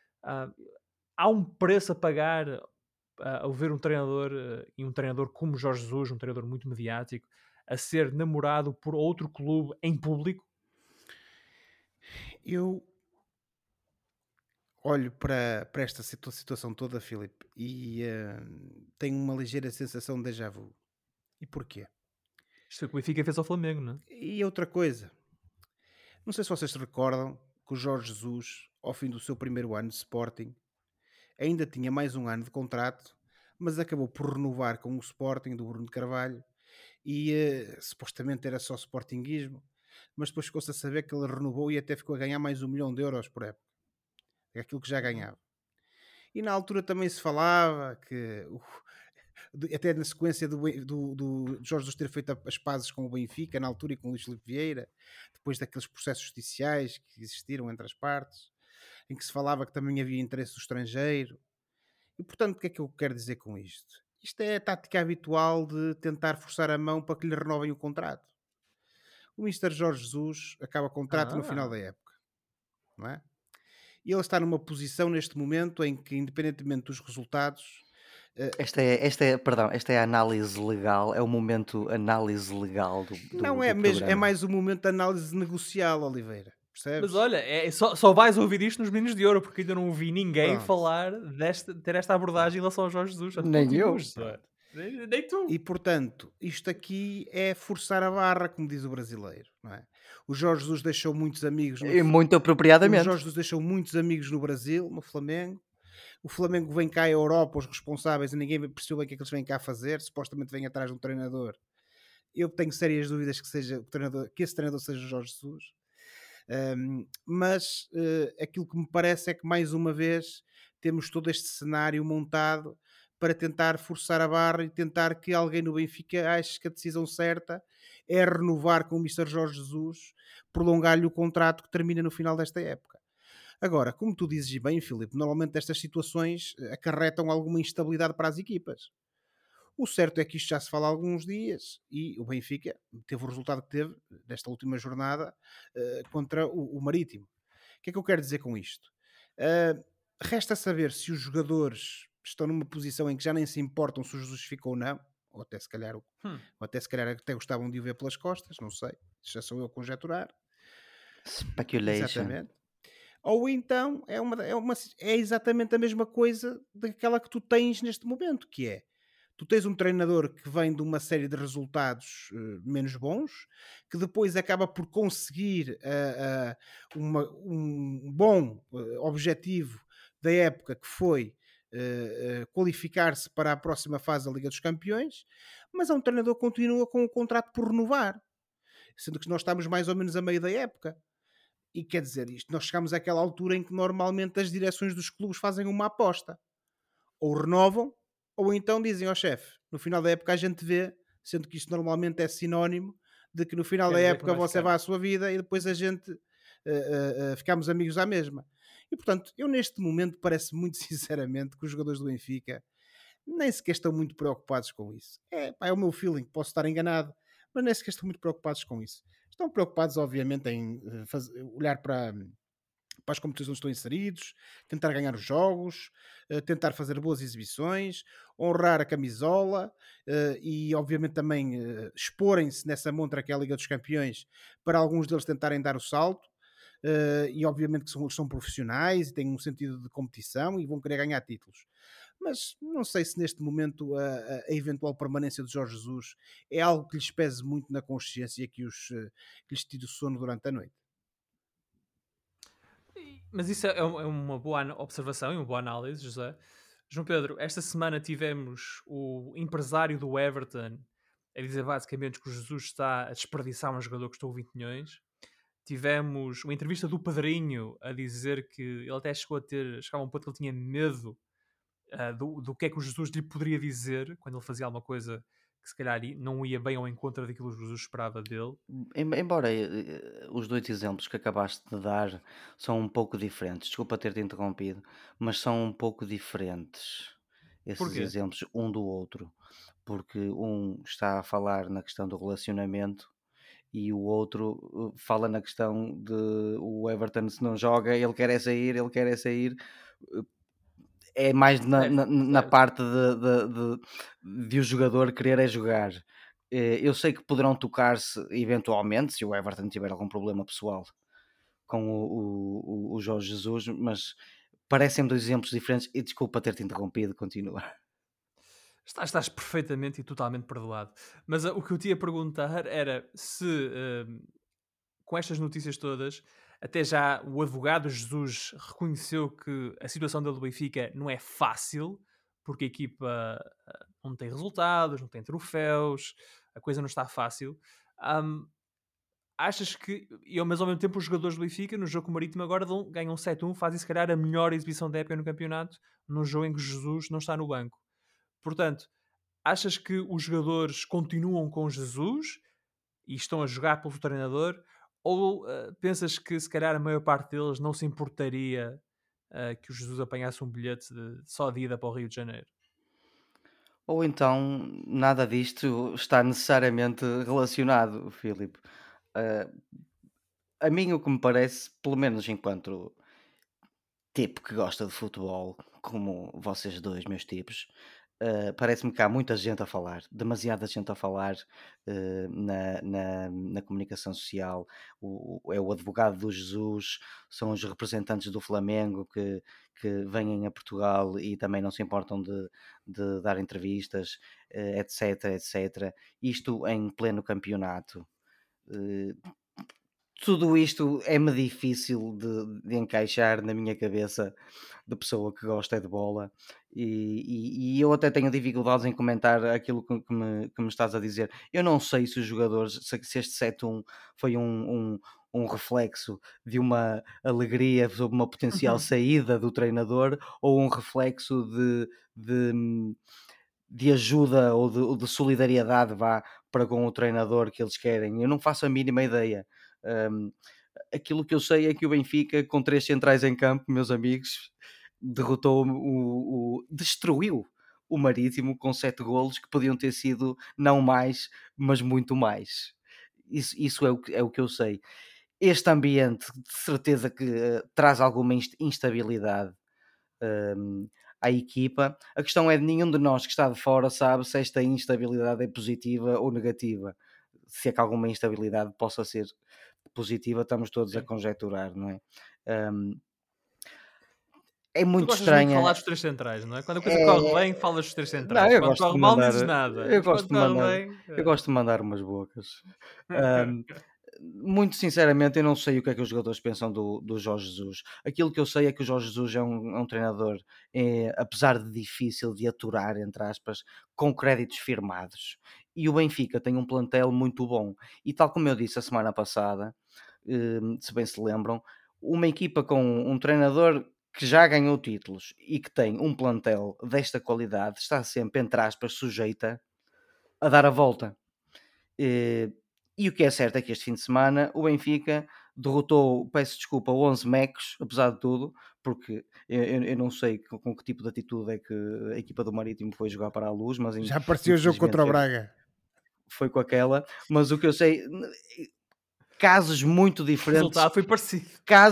Há um preço a pagar ao ver um treinador, e um treinador como Jorge Jesus, um treinador muito mediático, a ser namorado por outro clube em público? Eu olho para esta situação toda, Filipe, e tenho uma ligeira sensação de déjà vu. E porquê? Isto é o que o Benfica fez ao Flamengo, não é? E outra coisa, não sei se vocês se recordam que o Jorge Jesus, ao fim do seu primeiro ano de Sporting, ainda tinha mais um ano de contrato, mas acabou por renovar com o Sporting do Bruno de Carvalho e supostamente era só sportinguismo, mas depois ficou-se a saber que ele renovou e até ficou a ganhar mais 1 milhão de euros por época, é aquilo que já ganhava. E na altura também se falava que, até na sequência do Jorge Jesus ter feito as pazes com o Benfica, na altura, e com o Luís Filipe Vieira, depois daqueles processos judiciais que existiram entre as partes, em que se falava que também havia interesse do estrangeiro. E portanto, o que é que eu quero dizer com isto? Isto é a tática habitual de tentar forçar a mão para que lhe renovem o contrato. O Mister Jorge Jesus acaba o contrato no final da época, não é? E ele está numa posição neste momento em que, independentemente dos resultados, Esta é a análise legal, é o momento análise legal do não é, mas é programa. mais um momento de análise negocial, Oliveira. Mas percebes? olha, só vais ouvir isto nos Meninos de Ouro, porque ainda não ouvi ninguém Pronto, falar ter esta abordagem em pronto, relação ao Jorge Jesus. Portanto, Nem continua, eu. Josué. pronto. Nem tu. E portanto, isto aqui é forçar a barra, como diz o brasileiro, não é? O Jorge Jesus deixou muitos amigos no E muito o apropriadamente. Jorge Jesus deixou muitos amigos no Brasil, no Flamengo. O Flamengo vem cá à Europa, os responsáveis, e ninguém percebeu bem o que é que eles vêm cá fazer. Supostamente vêm atrás de um treinador. Eu tenho sérias dúvidas que, seja o treinador, que esse treinador seja o Jorge Jesus. Mas aquilo que me parece é que, mais uma vez, temos todo este cenário montado para tentar forçar a barra e tentar que alguém no Benfica ache que a decisão certa é renovar com o Mister Jorge Jesus, prolongar-lhe o contrato que termina no final desta época. Agora, como tu dizes bem, Filipe, normalmente estas situações acarretam alguma instabilidade para as equipas. O certo é que isto já se fala há alguns dias e o Benfica teve o resultado que teve nesta última jornada contra o Marítimo. O que é que eu quero dizer com isto? Resta saber se os jogadores estão numa posição em que já nem se importam se o Jesus ficou ou não, ou até se calhar, Hum. até gostavam de o ver pelas costas, não sei, já sou eu a conjecturar. Speculation. Exatamente. Ou então é exatamente a mesma coisa daquela que tu tens neste momento, que é tu tens um treinador que vem de uma série de resultados menos bons, que depois acaba por conseguir um bom objetivo da época que foi qualificar-se para a próxima fase da Liga dos Campeões, mas é um treinador que continua com o contrato por renovar, sendo que nós estamos mais ou menos a meio da época. E quer dizer, isto, nós chegamos àquela altura em que normalmente as direções dos clubes fazem uma aposta. Ou renovam, ou então dizem ao chefe, no final da época a gente vê, sendo que isto normalmente é sinónimo de que no final Quer da dizer que não época vai você ficar. vai à sua vida e depois a gente ficamos amigos à mesma. E portanto, eu neste momento parece muito sinceramente que os jogadores do Benfica nem sequer estão muito preocupados com isso. Pá, é o meu feeling, posso estar enganado, mas nem sequer estão muito preocupados com isso. Estão preocupados, obviamente, em olhar para as competições onde estão inseridos, tentar ganhar os jogos, tentar fazer boas exibições, honrar a camisola e, obviamente, também exporem-se nessa montra que é a Liga dos Campeões para alguns deles tentarem dar o salto. E obviamente que são profissionais e têm um sentido de competição e vão querer ganhar títulos. Mas não sei se neste momento a eventual permanência de Jorge Jesus é algo que lhes pese muito na consciência que lhes tire o sono durante a noite. Mas isso é uma boa observação e uma boa análise, José. João Pedro, esta semana tivemos o empresário do Everton a dizer basicamente que o Jesus está a desperdiçar um jogador que custou 20 milhões. Tivemos uma entrevista do Padrinho a dizer que ele até chegava a um ponto que ele tinha medo do que é que o Jesus lhe poderia dizer quando ele fazia alguma coisa que se calhar não ia bem ao encontro daquilo que o Jesus esperava dele. Embora os dois exemplos que acabaste de dar são um pouco diferentes, desculpa ter-te interrompido, mas são um pouco diferentes esses Porquê? exemplos um do outro, porque um está a falar na questão do relacionamento e o outro fala na questão de o Everton se não joga, ele quer é sair, ele quer é sair. É mais Certo, na certo. parte de o jogador querer é jogar. Eu sei que poderão tocar-se eventualmente, se o Everton tiver algum problema pessoal com o Jorge Jesus, mas parecem dois exemplos diferentes e desculpa ter-te interrompido, continua. Estás perfeitamente e totalmente perdoado. Mas o que eu te ia perguntar era se, com estas notícias todas, até já o advogado Jesus reconheceu que a situação dele do Benfica não é fácil, porque a equipa não tem resultados, não tem troféus, a coisa não está fácil. Ahm, Achas que, mas ao mesmo tempo, os jogadores do Benfica, no jogo com o Marítimo, agora ganham 7-1, fazem se calhar a melhor exibição da época no campeonato, num jogo em que Jesus não está no banco. Portanto, achas que os jogadores continuam com Jesus e estão a jogar pelo treinador? Ou pensas que se calhar a maior parte deles não se importaria que o Jesus apanhasse um bilhete só de ida para o Rio de Janeiro? Ou então nada disto está necessariamente relacionado, Filipe. Eh, a mim o que me parece, pelo menos enquanto tipo que gosta de futebol, como vocês dois, meus tipos, Parece-me que há muita gente a falar, demasiada gente a falar na comunicação social. É o advogado do Jesus, são os representantes do Flamengo que vêm a Portugal e também não se importam de dar entrevistas, etc, etc. Isto em pleno campeonato. Eh, Tudo isto é-me difícil de encaixar na minha cabeça de pessoa que gosta é de bola e eu até tenho dificuldades em comentar aquilo que me estás a dizer. Eu não sei se os jogadores, se este 7-1 foi um reflexo de uma alegria sobre uma potencial saída do treinador ou um reflexo de, de ajuda ou de solidariedade vá para com o treinador que eles querem. Eu não faço a mínima ideia. Um, Aquilo que eu sei é que o Benfica, com 3 centrais em campo, meus amigos, derrotou destruiu o Marítimo com 7 golos que podiam ter sido não mais, mas muito mais. Isso é o que eu sei. Este ambiente, de certeza que traz alguma instabilidade hum, à equipa. A questão é de nenhum de nós que está de fora sabe se esta instabilidade é positiva ou negativa. Se é que alguma instabilidade possa ser positiva, estamos todos a Sim. conjecturar, não é? Hum, é Tu muito gostas muito de falar estranha. dos três centrais, não é? Quando a coisa corre É, bem, falas dos três não, centrais. Quando corre mal, não dizes nada. eu Mas gosto quando de corre mandar, bem. eu gosto de mandar umas bocas. Hum, Muito sinceramente, eu não sei o que é que os jogadores pensam do Jorge Jesus. Aquilo que eu sei é que o Jorge Jesus é um treinador, apesar de difícil de aturar, entre aspas, com créditos firmados. E o Benfica tem um plantel muito bom. E tal como eu disse a semana passada, se bem se lembram, uma equipa com um treinador que já ganhou títulos e que tem um plantel desta qualidade está sempre, entre aspas, sujeita a dar a volta. E o que é certo é que este fim de semana o Benfica derrotou, peço desculpa, 11 mecos, apesar de tudo, porque eu não sei com que tipo de atitude é que a equipa do Marítimo foi jogar para a Luz, mas Já parecia o jogo infelizmente contra o Braga. foi com aquela. Mas o que eu sei, casos muito O diferentes, resultado foi parecido.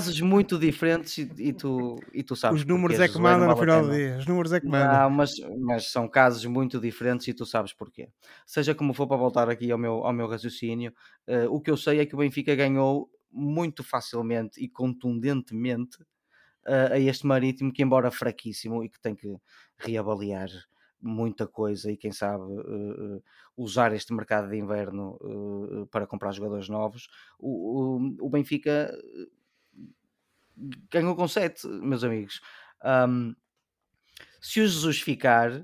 e tu sabes Os números porquê, é que Josué, não mandam no vale a final do pena. dia. Os números é que mandam. Não, mas são casos muito diferentes e tu sabes porquê. Seja como for, para voltar aqui ao meu raciocínio, o que eu sei é que o Benfica ganhou muito facilmente e contundentemente a este Marítimo, que embora fraquíssimo e que tem que reavaliar muita coisa e quem sabe usar este mercado de inverno para comprar jogadores novos, o Benfica ganhou com 7, meus amigos. Um, Se o Jesus ficar,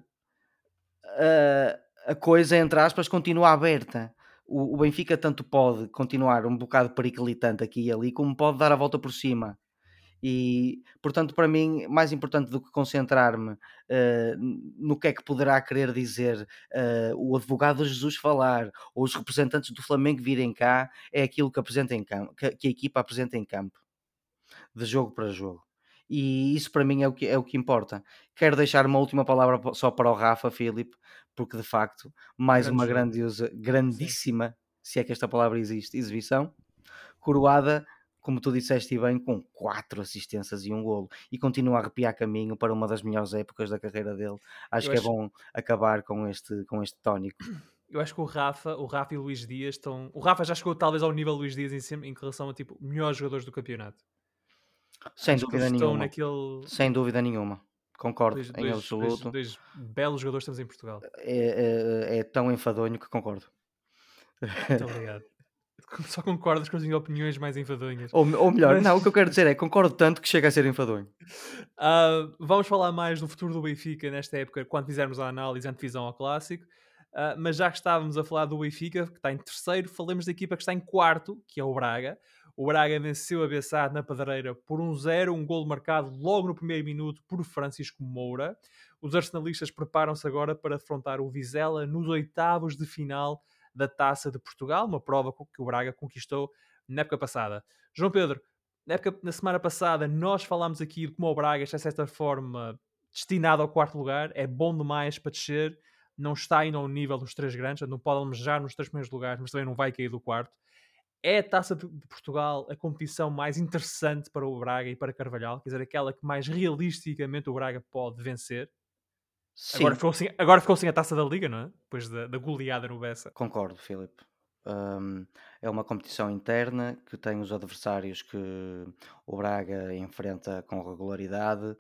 a coisa, entre aspas, continua aberta. O Benfica tanto pode continuar um bocado periclitante aqui e ali, como pode dar a volta por cima. E, portanto, para mim, mais importante do que concentrar-me no que é que poderá querer dizer o advogado de Jesus falar, ou os representantes do Flamengo virem cá, é aquilo que, apresenta em campo, que a equipa apresenta em campo de jogo para jogo. E isso para mim é o que importa. Quero deixar uma última palavra só para o Rafa, Filipe, porque de facto, mais Grande uma jogo. grandiosa, Sim. grandíssima, se é que esta palavra existe, exibição, coroada, como tu disseste bem, com 4 assistências e um golo. E continua a arrepiar caminho para uma das melhores épocas da carreira dele. Acho Eu que é acho, bom acabar com este tónico. eu acho que o Rafa e o Luís Dias estão. O Rafa já chegou talvez ao nível Luís Dias em relação a tipo melhores jogadores do campeonato. Sem Acho que eles dúvida estão nenhuma. naquele. Sem dúvida nenhuma. Concordo Dois, em dois, dois, absoluto. dois belos jogadores que temos em Portugal. É tão enfadonho que concordo. Muito obrigado. Só concordas com as minhas opiniões mais enfadonhas. Ou melhor, Mas não, o que eu quero dizer é concordo tanto que chega a ser enfadonho. vamos falar mais do futuro do Benfica nesta época, quando fizermos a análise antevisão ao clássico. Mas já que estávamos a falar do Benfica, que está em terceiro, falemos da equipa que está em quarto, que é o Braga. O Braga venceu a Bessade na Pedreira por 1-0, um golo marcado logo no primeiro minuto por Francisco Moura. Os arsenalistas preparam-se agora para defrontar o Vizela nos oitavos de final da Taça de Portugal, uma prova que o Braga conquistou na época passada. João Pedro, na semana passada nós falámos aqui de como o Braga está de certa forma destinado ao quarto lugar, é bom demais para descer, não está ainda ao nível dos três grandes, não pode almejar nos três primeiros lugares, mas também não vai cair do quarto. É a Taça de Portugal a competição mais interessante para o Braga e para Carvalhal, quer dizer, aquela que mais realisticamente o Braga pode vencer. Sim, Agora ficou sem a taça da Liga, não é? Depois da goleada no Bessa. concordo, Filipe. É uma competição interna que tem os adversários que o Braga enfrenta com regularidade.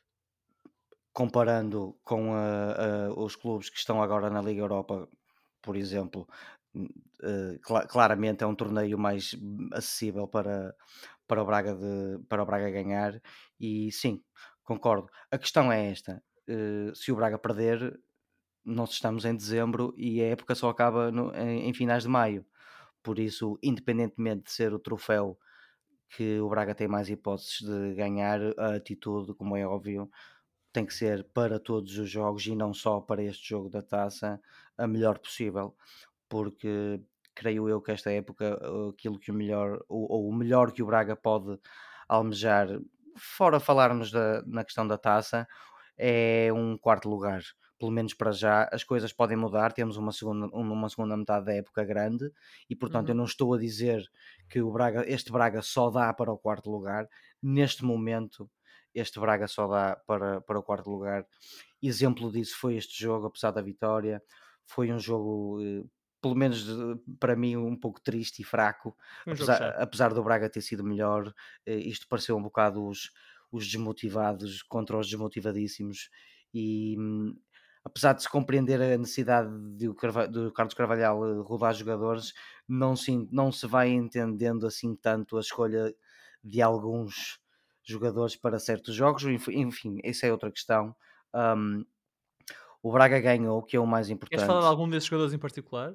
Comparando com os clubes que estão agora na Liga Europa, por exemplo, hum, claramente é um torneio mais acessível para o Braga para o Braga ganhar e sim, concordo. A questão é esta: se o Braga perder, nós estamos em dezembro e a época só acaba em finais de maio. Por isso, independentemente de ser o troféu que o Braga tem mais hipóteses de ganhar, a atitude, como é óbvio, tem que ser para todos os jogos e não só para este jogo da taça a melhor possível, porque creio eu que esta época aquilo que o melhor, ou o melhor que o Braga pode almejar, fora falarmos na questão da taça, é um quarto lugar. Pelo menos para já, as coisas podem mudar. Temos uma segunda metade da época grande e, portanto, eu Uhum. não estou a dizer que este Braga só dá para o quarto lugar. Neste momento, este Braga só dá para o quarto lugar. Exemplo disso foi este jogo, apesar da vitória. Foi um jogo, pelo menos para mim, um pouco triste e fraco, Foi um jogo apesar, chato. apesar do Braga ter sido melhor. Isto pareceu um bocado os desmotivados contra os desmotivadíssimos. E apesar de se compreender a necessidade do Carlos Carvalhal rodar jogadores, não se vai entendendo assim tanto a escolha de alguns jogadores para certos jogos. Enfim, essa é outra questão. Um, o Braga ganhou, que é o mais Queres falar de importante. algum desses jogadores em particular?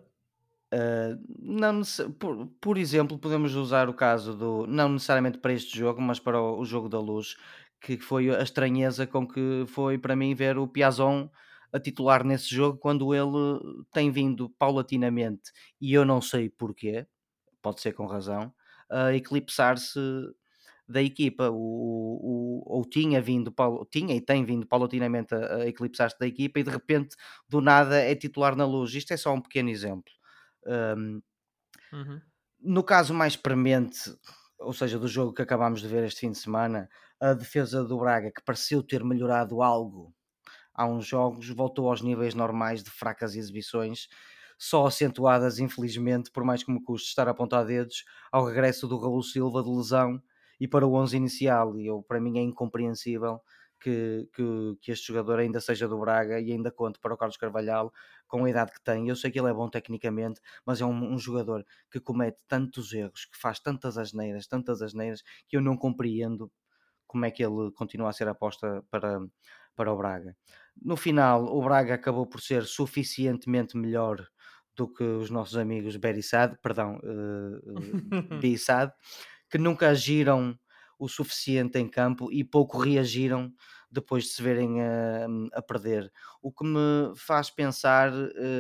Não por exemplo, podemos usar o caso não necessariamente para este jogo, mas para o jogo da Luz, que foi a estranheza com que foi para mim ver o Piazon a titular nesse jogo, quando ele tem vindo paulatinamente, e eu não sei porquê, pode ser com razão, a eclipsar-se da equipa. Ou tinha vindo, tinha e tem vindo paulatinamente a eclipsar-se da equipa e de repente, do nada, é titular na Luz. Isto é só um pequeno exemplo. Um, Uhum. no caso mais premente, ou seja, do jogo que acabámos de ver este fim de semana, a defesa do Braga, que pareceu ter melhorado algo há uns jogos, voltou aos níveis normais de fracas exibições, só acentuadas, infelizmente, por mais que me custe estar a apontar dedos, ao regresso do Raul Silva de lesão e para o 11 inicial. E para mim é incompreensível que este jogador ainda seja do Braga e ainda conte para o Carlos Carvalhal com a idade que tem. Eu sei que ele é bom tecnicamente, mas é um jogador que comete tantos erros, que faz tantas asneiras, que eu não compreendo como é que ele continua a ser aposta para o Braga. No final, o Braga acabou por ser suficientemente melhor do que os nossos amigos Berissad, perdão, Bissad, que nunca agiram o suficiente em campo e pouco reagiram depois de se verem a perder. O que me faz pensar,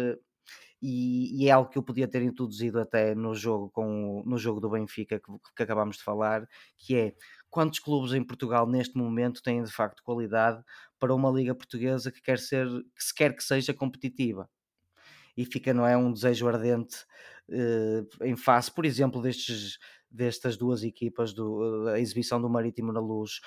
e é algo que eu podia ter introduzido até no jogo do Benfica que acabámos de falar, que é quantos clubes em Portugal neste momento têm de facto qualidade para uma liga portuguesa que se quer que seja competitiva. E fica, não é, um desejo ardente em face, por exemplo, destas duas equipas, a exibição do Marítimo na Luz,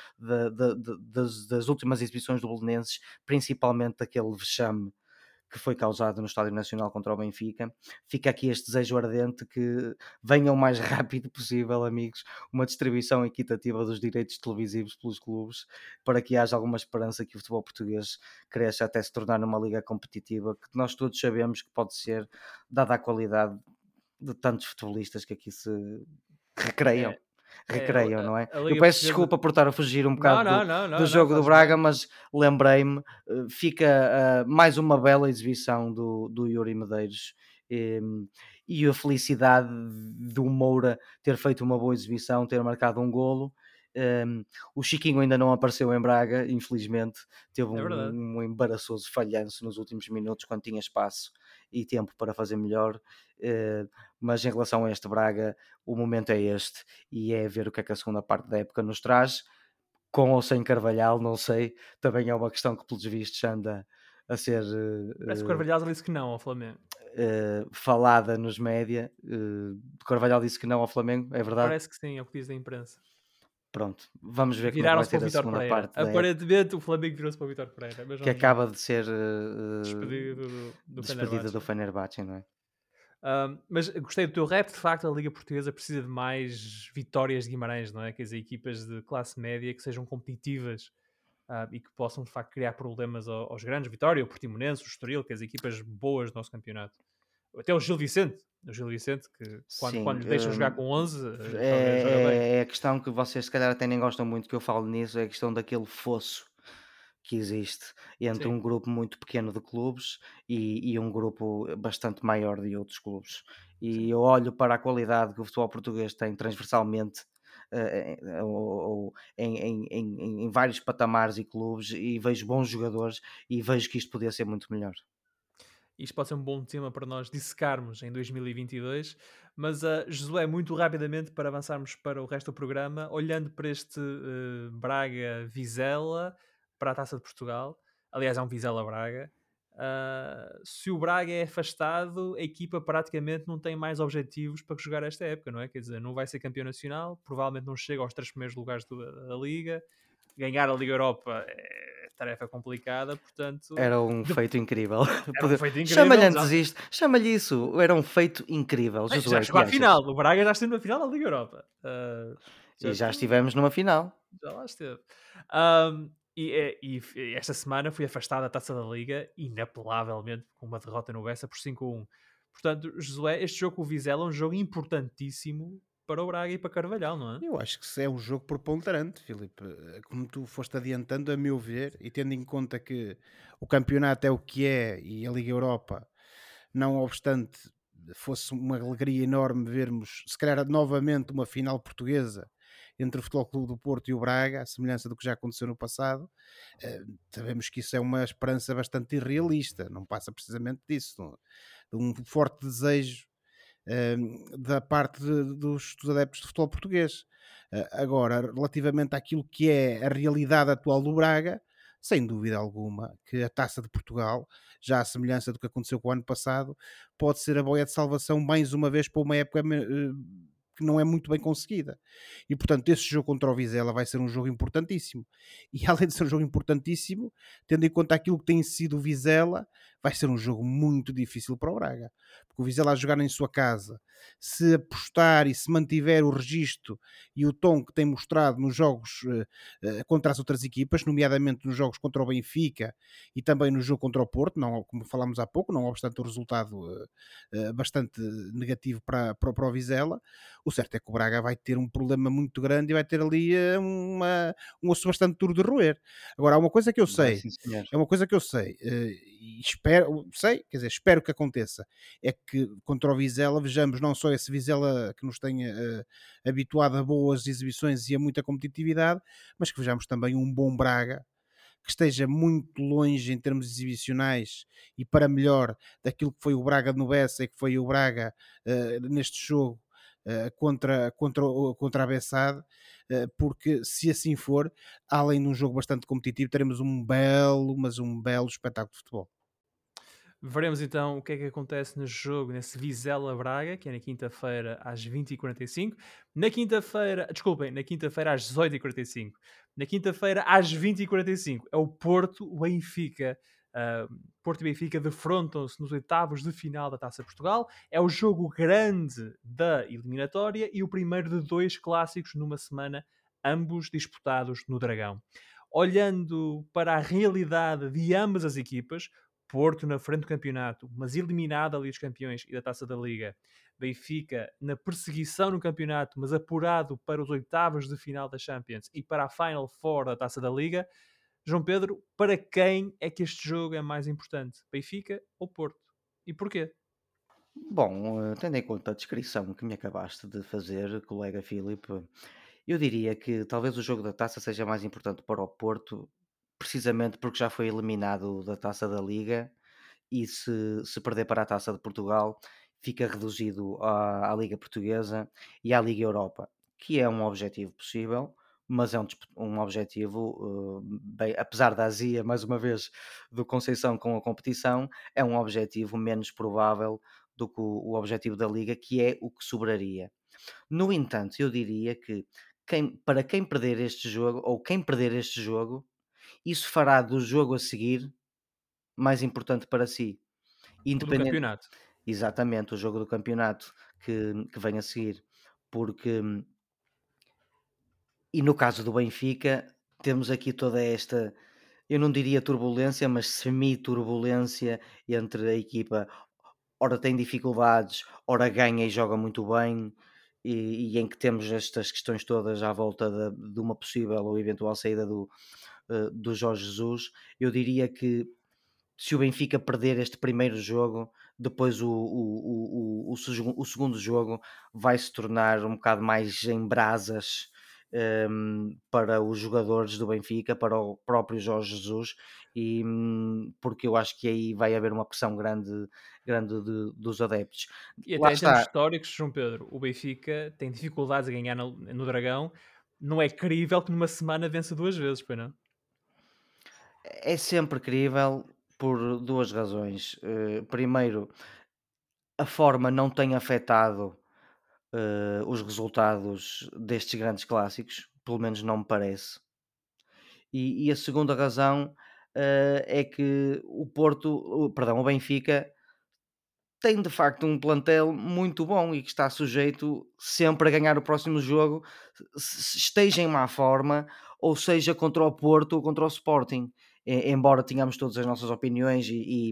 das últimas exibições do Belenenses, principalmente daquele vexame que foi causado no Estádio Nacional contra o Benfica. Fica aqui este desejo ardente que venha o mais rápido possível, amigos, uma distribuição equitativa dos direitos televisivos pelos clubes, para que haja alguma esperança que o futebol português cresça até se tornar uma liga competitiva, que nós todos sabemos que pode ser, dada a qualidade de tantos futebolistas que aqui se recreiam. É, Recreiam, não é? a Eu Liga peço Portuguesa. desculpa por estar a fugir um Não, bocado não, do não, não, jogo do fazes Braga, bem. mas lembrei-me, fica mais uma bela exibição do Yuri Medeiros, e a felicidade do Moura ter feito uma boa exibição, ter marcado um golo. O Chiquinho ainda não apareceu em Braga, infelizmente, teve É verdade. um embaraçoso falhanço nos últimos minutos, quando tinha espaço e tempo para fazer melhor. Mas em relação a este Braga, o momento é este, e é ver o que é que a segunda parte da época nos traz, com ou sem Carvalhal, não sei, também é uma questão que pelos vistos anda a ser Parece que o Carvalhal disse que não ao Flamengo. falada nos média. Carvalhal disse que não ao Flamengo, é verdade? Parece que sim, é o que diz a imprensa. Pronto, vamos ver como é que vai Viraram-se para o ser a Vítor segunda Pereira. parte da época, Aparentemente o Flamengo virou-se para o Vítor Pereira, mas que vamos ver. acaba de ser Despedido do despedida do Fenerbahçe. Fenerbahçe, não é? Mas gostei do teu rap, de facto a Liga Portuguesa precisa de mais vitórias de Guimarães, não é? Quer dizer, equipas de classe média que sejam competitivas e que possam de facto criar problemas aos grandes, Vitória, o Portimonense, o Estoril, que as equipas boas do nosso campeonato. Até o Gil Vicente que Sim, quando lhe deixam jogar com 11, joga bem. é a questão que vocês se calhar até nem gostam muito que eu falo nisso, é a questão daquele fosso que existe entre Sim, um grupo muito pequeno de clubes e um grupo bastante maior de outros clubes. E sim. eu olho para a qualidade que o futebol português tem transversalmente, ou em vários patamares e clubes, e vejo bons jogadores e vejo que isto podia ser muito melhor. Isto pode ser um bom tema para nós dissecarmos em 2022, mas Josué, muito rapidamente para avançarmos para o resto do programa, olhando para este Braga-Vizela, para a Taça de Portugal, aliás é um Vizela-Braga, se o Braga é afastado, a equipa praticamente não tem mais objetivos para jogar esta época, não é? Quer dizer, não vai ser campeão nacional, provavelmente não chega aos 3 primeiros lugares da Liga, ganhar a Liga Europa é tarefa complicada, portanto Era um feito incrível. era um feito Chama-lhe incrível. antes isto, chama-lhe isso, era um feito incrível. Bem, já Josué, chegou que à achas? final. O Braga já esteve na final da Liga Europa. E já Portanto, estivemos numa final. já lá esteve. E esta semana foi afastada da Taça da Liga, inapelavelmente, com uma derrota no Bessa por 5-1. Portanto, Josué, este jogo com o Vizela é um jogo importantíssimo para o Braga e para Carvalhal, não é? Eu acho que isso é um jogo preponderante, Filipe. Como tu foste adiantando, a meu ver, e tendo em conta que o campeonato é o que é e a Liga Europa, não obstante fosse uma alegria enorme vermos, se calhar novamente, uma final portuguesa entre o Futebol Clube do Porto e o Braga, à semelhança do que já aconteceu no passado, eh, sabemos que isso é uma esperança bastante irrealista, não passa precisamente disso, de um forte desejo da parte dos adeptos de futebol português. Agora, relativamente àquilo que é a realidade atual do Braga, sem dúvida alguma que a Taça de Portugal, já à semelhança do que aconteceu com o ano passado, pode ser a boia de salvação mais uma vez para uma época que não é muito bem conseguida. E portanto, esse jogo contra o Vizela vai ser um jogo importantíssimo. E além de ser um jogo importantíssimo, tendo em conta aquilo que tem sido o Vizela, vai ser um jogo muito difícil para o Braga. Porque o Vizela a jogar em sua casa, se apostar e se mantiver o registro e o tom que tem mostrado nos jogos contra as outras equipas, nomeadamente nos jogos contra o Benfica e também no jogo contra o Porto, não, como falámos há pouco, não obstante o resultado bastante negativo para o Vizela, o certo é que o Braga vai ter um problema muito grande e vai ter ali um osso bastante duro de roer. Agora, há uma coisa que eu Vai sei, sim, senhor. é uma coisa que eu sei, e espero, sei, quer dizer, espero que aconteça, é que contra o Vizela vejamos não só esse Vizela que nos tenha habituado a boas exibições e a muita competitividade, mas que vejamos também um bom Braga que esteja muito longe em termos exibicionais e para melhor daquilo que foi o Braga no Bessa e que foi o Braga neste jogo contra a Bessade, porque se assim for, além de um jogo bastante competitivo, teremos um belo, mas um belo espetáculo de futebol. Veremos então o que é que acontece nesse jogo, nesse Vizela Braga, que é na quinta-feira às 20h45. Na quinta-feira, desculpem, na quinta-feira às 18h45. Na quinta-feira às 20h45 é o Porto Benfica. Porto e Benfica defrontam-se nos oitavos de final da Taça Portugal. É o jogo grande da eliminatória e o primeiro de dois clássicos numa semana, ambos disputados no Dragão. Olhando para a realidade de ambas as equipas, Porto na frente do campeonato, mas eliminado ali dos campeões e da Taça da Liga. Benfica na perseguição no campeonato, mas apurado para os oitavos de final da Champions e para a Final Four da Taça da Liga. João Pedro, para quem é que este jogo é mais importante? Benfica ou Porto? E porquê? Bom, tendo em conta a descrição que me acabaste de fazer, colega Filipe, eu diria que talvez o jogo da taça seja mais importante para o Porto, precisamente porque já foi eliminado da taça da Liga e se perder para a taça de Portugal, fica reduzido à Liga Portuguesa e à Liga Europa, que é um objetivo possível, mas é um objetivo, bem, apesar da azia, mais uma vez, do Conceição com a competição, é um objetivo menos provável do que o objetivo da Liga, que é o que sobraria. No entanto, eu diria que para quem perder este jogo, ou quem perder este jogo, isso fará do jogo a seguir mais importante para si. O do Independente, campeonato. exatamente, o jogo do campeonato que vem a seguir. Porque, e no caso do Benfica, temos aqui toda esta, eu não diria turbulência, mas semi-turbulência entre a equipa. Ora tem dificuldades, ora ganha e joga muito bem, e em que temos estas questões todas à volta de uma possível ou eventual saída do Jorge Jesus. Eu diria que se o Benfica perder este primeiro jogo, depois o segundo jogo vai se tornar um bocado mais em brasas, para os jogadores do Benfica, para o próprio Jorge Jesus, porque eu acho que aí vai haver uma pressão grande dos adeptos. E Lá até em termos está, históricos, João Pedro, o Benfica tem dificuldades a ganhar no Dragão. Não é crível que numa semana vença 2 vezes, pois não? é sempre crível por duas razões. Primeiro, a forma não tem afetado os resultados destes grandes clássicos, pelo menos não me parece. E a segunda razão é que o Benfica tem de facto um plantel muito bom e que está sujeito sempre a ganhar o próximo jogo, esteja em má forma, ou seja contra o Porto ou contra o Sporting. Embora tenhamos todas as nossas opiniões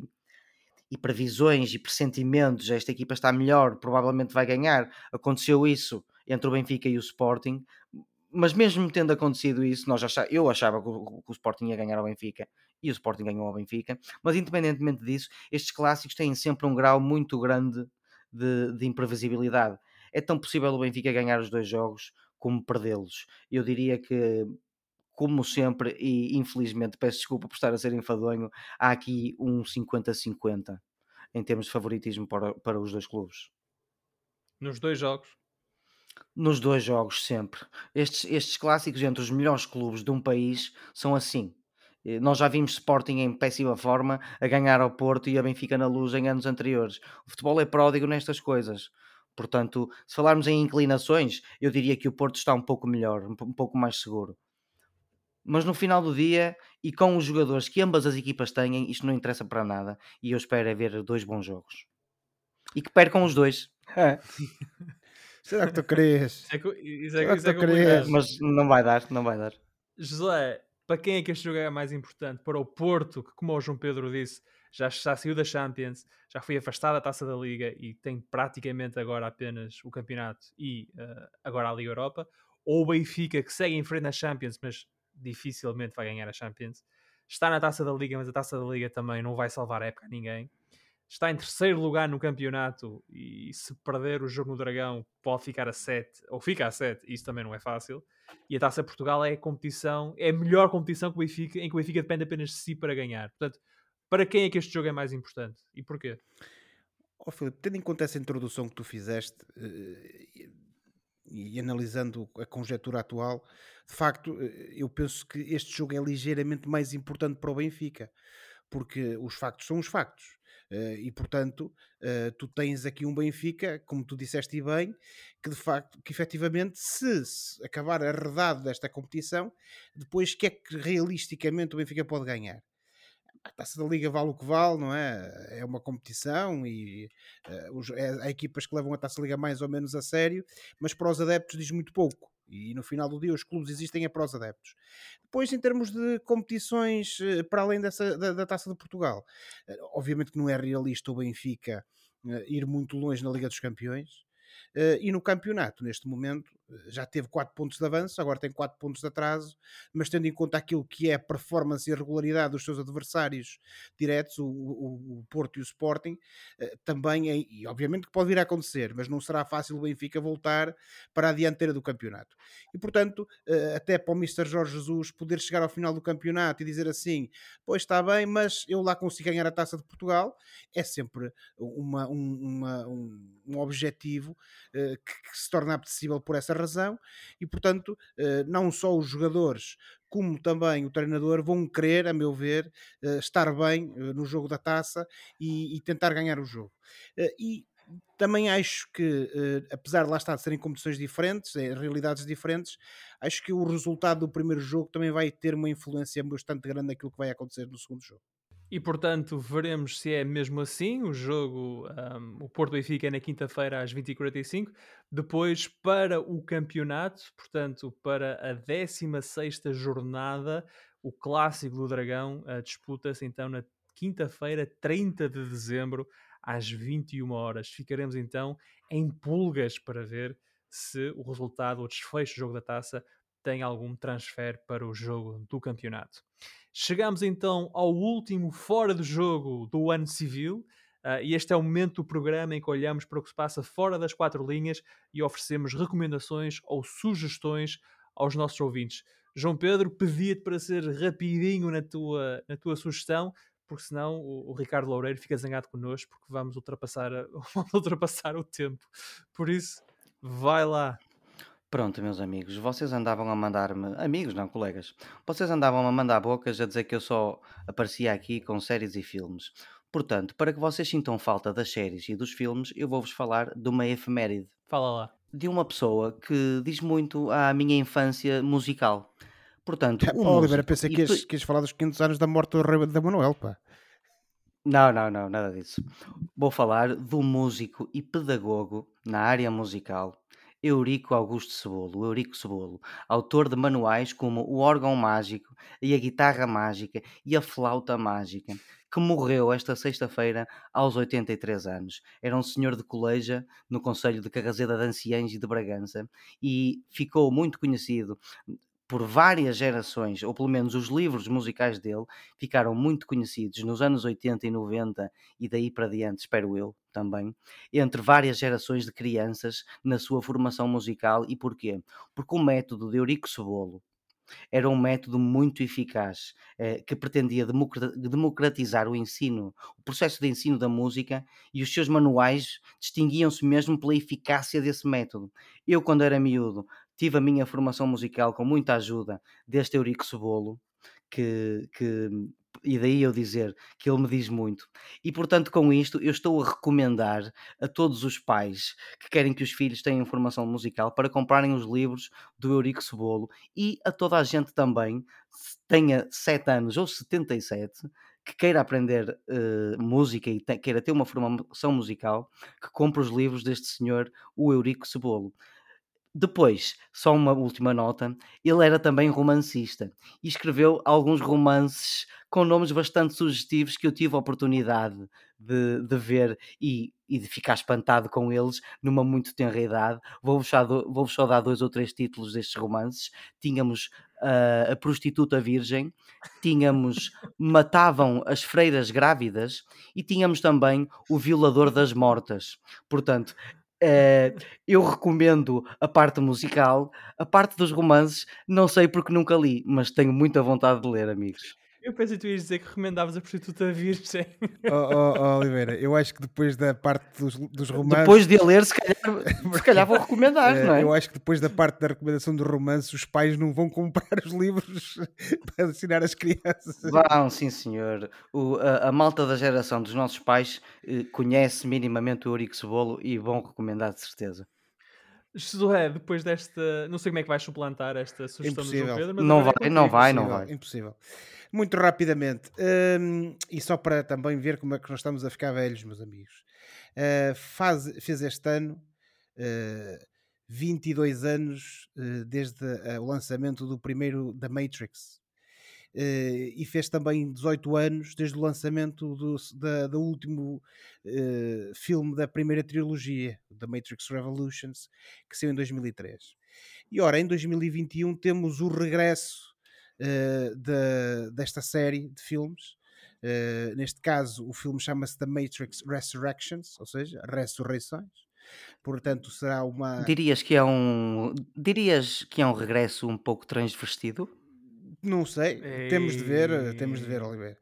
e previsões e pressentimentos, esta equipa está melhor, provavelmente vai ganhar. Aconteceu isso entre o Benfica e o Sporting, mas mesmo tendo acontecido isso, eu achava que o Sporting ia ganhar ao Benfica e o Sporting ganhou ao Benfica, mas independentemente disso, estes clássicos têm sempre um grau muito grande de imprevisibilidade. É tão possível o Benfica ganhar os dois jogos como perdê-los. Eu diria que, como sempre, e infelizmente peço desculpa por estar a ser enfadonho, há aqui um 50-50 em termos de favoritismo para os dois clubes. Nos 2 jogos. Nos dois jogos, sempre. Estes clássicos entre os melhores clubes de um país são assim. Nós já vimos Sporting em péssima forma a ganhar ao Porto e a Benfica na Luz em anos anteriores. O futebol é pródigo nestas coisas. Portanto, se falarmos em inclinações, eu diria que o Porto está um pouco melhor, um pouco mais seguro. Mas no final do dia, e com os jogadores que ambas as equipas têm, isto não interessa para nada. E eu espero é ver dois bons jogos. E que percam os dois. Será que tu querias? Isso é, isso Será é, que isso é tu complicado. querias? Mas não vai dar, não vai dar. José, para quem é que este jogo é mais importante? Para o Porto, que, como o João Pedro disse, já saiu da Champions, já foi afastado da Taça da Liga e tem praticamente agora apenas o campeonato e agora a Liga Europa. Ou o Benfica, que segue em frente na Champions, mas dificilmente vai ganhar a Champions. Está na Taça da Liga, mas a Taça da Liga também não vai salvar a época a ninguém. Está em terceiro lugar no campeonato e se perder o jogo no Dragão pode ficar a 7 ou fica a 7, isso também não é fácil. E a Taça de Portugal é a competição, é a melhor competição que o Benfica, em que o Benfica depende apenas de si para ganhar. Portanto, para quem é que este jogo é mais importante e porquê? Ó Filipe, tendo em conta essa introdução que tu fizeste e analisando a conjectura atual, de facto, eu penso que este jogo é ligeiramente mais importante para o Benfica, porque os factos são os factos. E portanto, tu tens aqui um Benfica, como tu disseste e bem, que de facto, que efetivamente, se acabar arredado desta competição, depois que é que realisticamente o Benfica pode ganhar? A Taça da Liga vale o que vale, não é? É uma competição e há equipas que levam a Taça da Liga mais ou menos a sério, mas para os adeptos diz muito pouco. E no final do dia os clubes existem é para os adeptos. Depois, em termos de competições para além da Taça de Portugal, obviamente que não é realista o Benfica ir muito longe na Liga dos Campeões. E no campeonato, neste momento, já teve 4 pontos de avanço, agora tem 4 pontos de atraso, mas tendo em conta aquilo que é a performance e a regularidade dos seus adversários diretos, o Porto e o Sporting, também, e obviamente que pode vir a acontecer, mas não será fácil o Benfica voltar para a dianteira do campeonato. E portanto, até para o Mister Jorge Jesus poder chegar ao final do campeonato e dizer assim, pois está bem, mas eu lá consigo ganhar a Taça de Portugal, é sempre um objetivo que se torna apetecível por essa razão e, portanto, não só os jogadores como também o treinador vão querer, a meu ver, estar bem no jogo da taça e tentar ganhar o jogo. E também acho que, apesar de lá estar de serem competições diferentes, realidades diferentes, acho que o resultado do primeiro jogo também vai ter uma influência bastante grande naquilo que vai acontecer no segundo jogo. E portanto, veremos se é mesmo assim. O jogo, o Porto Benfica é na quinta-feira às 20h45. Depois, para o campeonato, portanto, para a 16ª jornada, o Clássico do Dragão disputa-se então na quinta-feira, 30 de dezembro, às 21 horas. Ficaremos então em pulgas para ver se o resultado, o desfecho do jogo da taça, tem algum transfer para o jogo do campeonato. Chegamos então ao último fora de jogo do ano civil. E este é o momento do programa em que olhamos para o que se passa fora das quatro linhas e oferecemos recomendações ou sugestões aos nossos ouvintes. João Pedro, pedia-te para ser rapidinho na tua sugestão, porque senão o Ricardo Loureiro fica zangado connosco porque vamos ultrapassar, vamos ultrapassar o tempo. Por isso, vai lá. Pronto, meus amigos, vocês andavam a mandar-me. Amigos, não, colegas. Vocês andavam a mandar bocas a dizer que eu só aparecia aqui com séries e filmes. Portanto, para que vocês sintam falta das séries e dos filmes, eu vou-vos falar de uma efeméride. Fala lá. De uma pessoa que diz muito à minha infância musical. Portanto, o Pá, Oliveira, músico. pensei que ias falar dos 500 anos da morte do rei da Manuel, pá. Não, não, não, nada disso. Vou falar do músico e pedagogo na área musical, Eurico Augusto Cebolo, Eurico Cebolo, autor de manuais como O Órgão Mágico e a Guitarra Mágica e a Flauta Mágica, que morreu esta sexta-feira aos 83 anos. Era um senhor de coleja no Conselho de Carrazeda de Anciães e de Bragança e ficou muito conhecido por várias gerações, ou pelo menos os livros musicais dele, ficaram muito conhecidos nos anos 80 e 90 e daí para diante, espero eu também, entre várias gerações de crianças na sua formação musical. E porquê? Porque o método de Eurico Cebolo era um método muito eficaz, que pretendia democratizar o ensino, o processo de ensino da música, e os seus manuais distinguiam-se mesmo pela eficácia desse método. Eu, quando era miúdo, tive a minha formação musical com muita ajuda deste Eurico Cebolo, que e daí eu dizer que ele me diz muito. E portanto, com isto, eu estou a recomendar a todos os pais que querem que os filhos tenham formação musical para comprarem os livros do Eurico Cebolo, e a toda a gente também, se tenha 7 anos ou 77, que queira aprender música e queira ter uma formação musical, que compre os livros deste senhor, o Eurico Cebolo. Depois, só uma última nota, ele era também romancista e escreveu alguns romances com nomes bastante sugestivos que eu tive a oportunidade de ver e de ficar espantado com eles numa muito tenra idade. Vou-vos só dar 2 ou 3 títulos destes romances. Tínhamos a Prostituta Virgem, tínhamos Matavam as Freiras Grávidas e tínhamos também O Violador das Mortas. Portanto, eh, eu recomendo a parte musical, a parte dos romances, não sei porque nunca li, mas tenho muita vontade de ler, amigos. Eu pensei que tu ias dizer que recomendavas a Prostituta Virgem. Oliveira, eu acho que depois da parte dos Depois romances, de a ler, se calhar vou recomendar, não eu é? acho que depois da parte da recomendação dos romances, os pais não vão comprar os livros para ensinar as crianças. Vão, sim senhor. A malta da geração dos nossos pais conhece minimamente o Eurico Cebolo e vão recomendar de certeza. Josué, depois desta. Não sei como é que vais suplantar esta sugestão do João Impossível. Pedro, mas Não agora é vai, não contigo. vai, não Impossível, vai. impossível. Muito rapidamente, e só para também ver como é que nós estamos a ficar velhos, meus amigos. Fez este ano uh, 22 anos desde o lançamento do primeiro da Matrix. E fez também 18 anos desde o lançamento do último filme da primeira trilogia, da Matrix Revolutions, que saiu em 2003. E ora, em 2021 temos o regresso desta série de filmes. Neste caso, o filme chama-se The Matrix Resurrections, ou seja, Ressurreições. Portanto, será uma. Dirias que é um regresso um pouco transvestido? Não sei, temos de ver, E... Oliveira.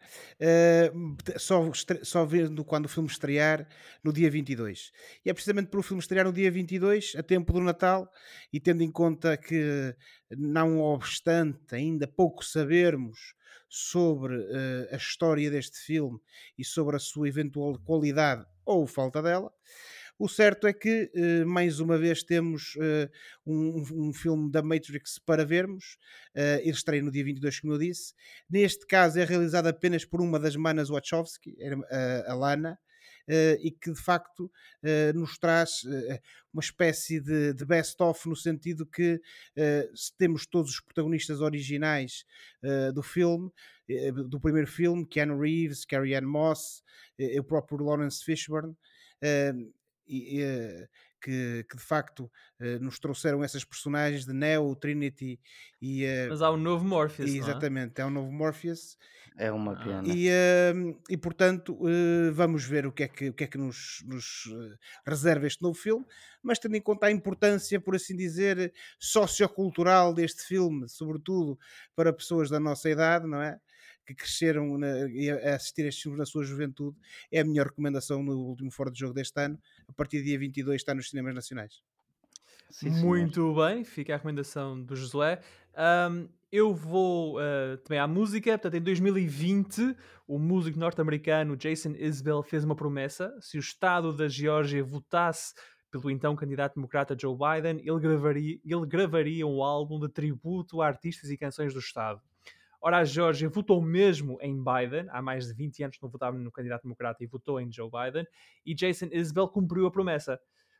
Só vendo quando o filme estrear no dia 22. E é precisamente por o filme estrear no dia 22, a tempo do Natal, e tendo em conta que, não obstante ainda pouco sabermos sobre a história deste filme e sobre a sua eventual qualidade ou falta dela, O certo é que, mais uma vez, temos um filme da Matrix para vermos. Ele estreia no dia 22, como eu disse. Neste caso, é realizado apenas por uma das manas Wachowski, a Lana, e que de facto nos traz uma espécie de best-of, no sentido que temos todos os protagonistas originais do filme, do primeiro filme: Keanu Reeves, Carrie-Anne Moss, o próprio Lawrence Fishburne, eh, que de facto nos trouxeram essas personagens de Neo, Trinity e Mas há um novo Morpheus, não é? exatamente, é um novo Morpheus. É uma Ah. pena. E portanto, vamos ver o que é que nos reserva este novo filme, mas tendo em conta a importância, por assim dizer, sociocultural deste filme, sobretudo para pessoas da nossa idade, não é? Que cresceram a assistir a estes filmes na sua juventude, é a minha recomendação no último Fora de Jogo deste ano. A partir do dia 22 está nos cinemas nacionais. Sim, senhor. Muito bem, fica a recomendação do Josué. Eu vou também à música. Portanto, em 2020, o músico norte-americano Jason Isbell fez uma promessa: se o Estado da Geórgia votasse pelo então candidato democrata Joe Biden, ele gravaria um álbum de tributo a artistas e canções do Estado. Ora, a Geórgia votou mesmo em Biden, há mais de 20 anos que não votava no candidato democrata e votou em Joe Biden, e Jason Isbell cumpriu a promessa.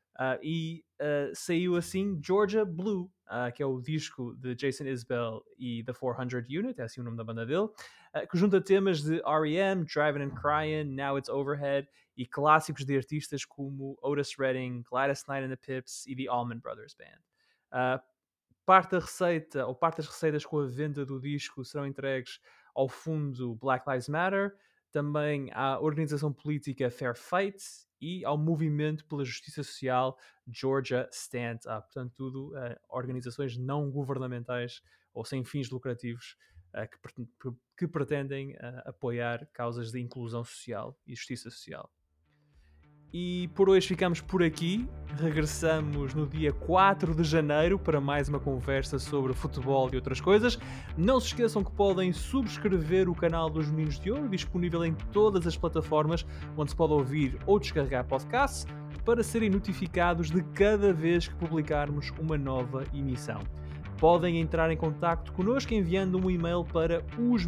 Saiu assim Georgia Blue, que é o disco de Jason Isbell e The 400 Unit, é assim o nome da banda dele, que junta temas de R.E.M., Driving and Crying, Now It's Overhead e clássicos de artistas como Otis Redding, Gladys Knight and the Pips e The Allman Brothers Band. Parte das receitas com a venda do disco serão entregues ao fundo Black Lives Matter, também à organização política Fair Fight e ao movimento pela justiça social Georgia Stand Up. Portanto, tudo organizações não governamentais ou sem fins lucrativos que pretendem apoiar causas de inclusão social e justiça social. E por hoje ficamos por aqui. Regressamos no dia 4 de janeiro para mais uma conversa sobre futebol e outras coisas. Não se esqueçam que podem subscrever o canal dos Meninos de Ouro, disponível em todas as plataformas onde se pode ouvir ou descarregar podcasts, para serem notificados de cada vez que publicarmos uma nova emissão. Podem entrar em contacto connosco enviando um e-mail para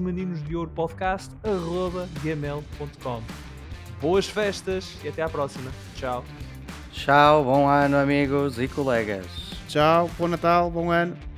osmeninosdeouropodcast@gmail.com. Boas festas e até à próxima. Tchau. Tchau, bom ano, amigos e colegas. Tchau, bom Natal, bom ano.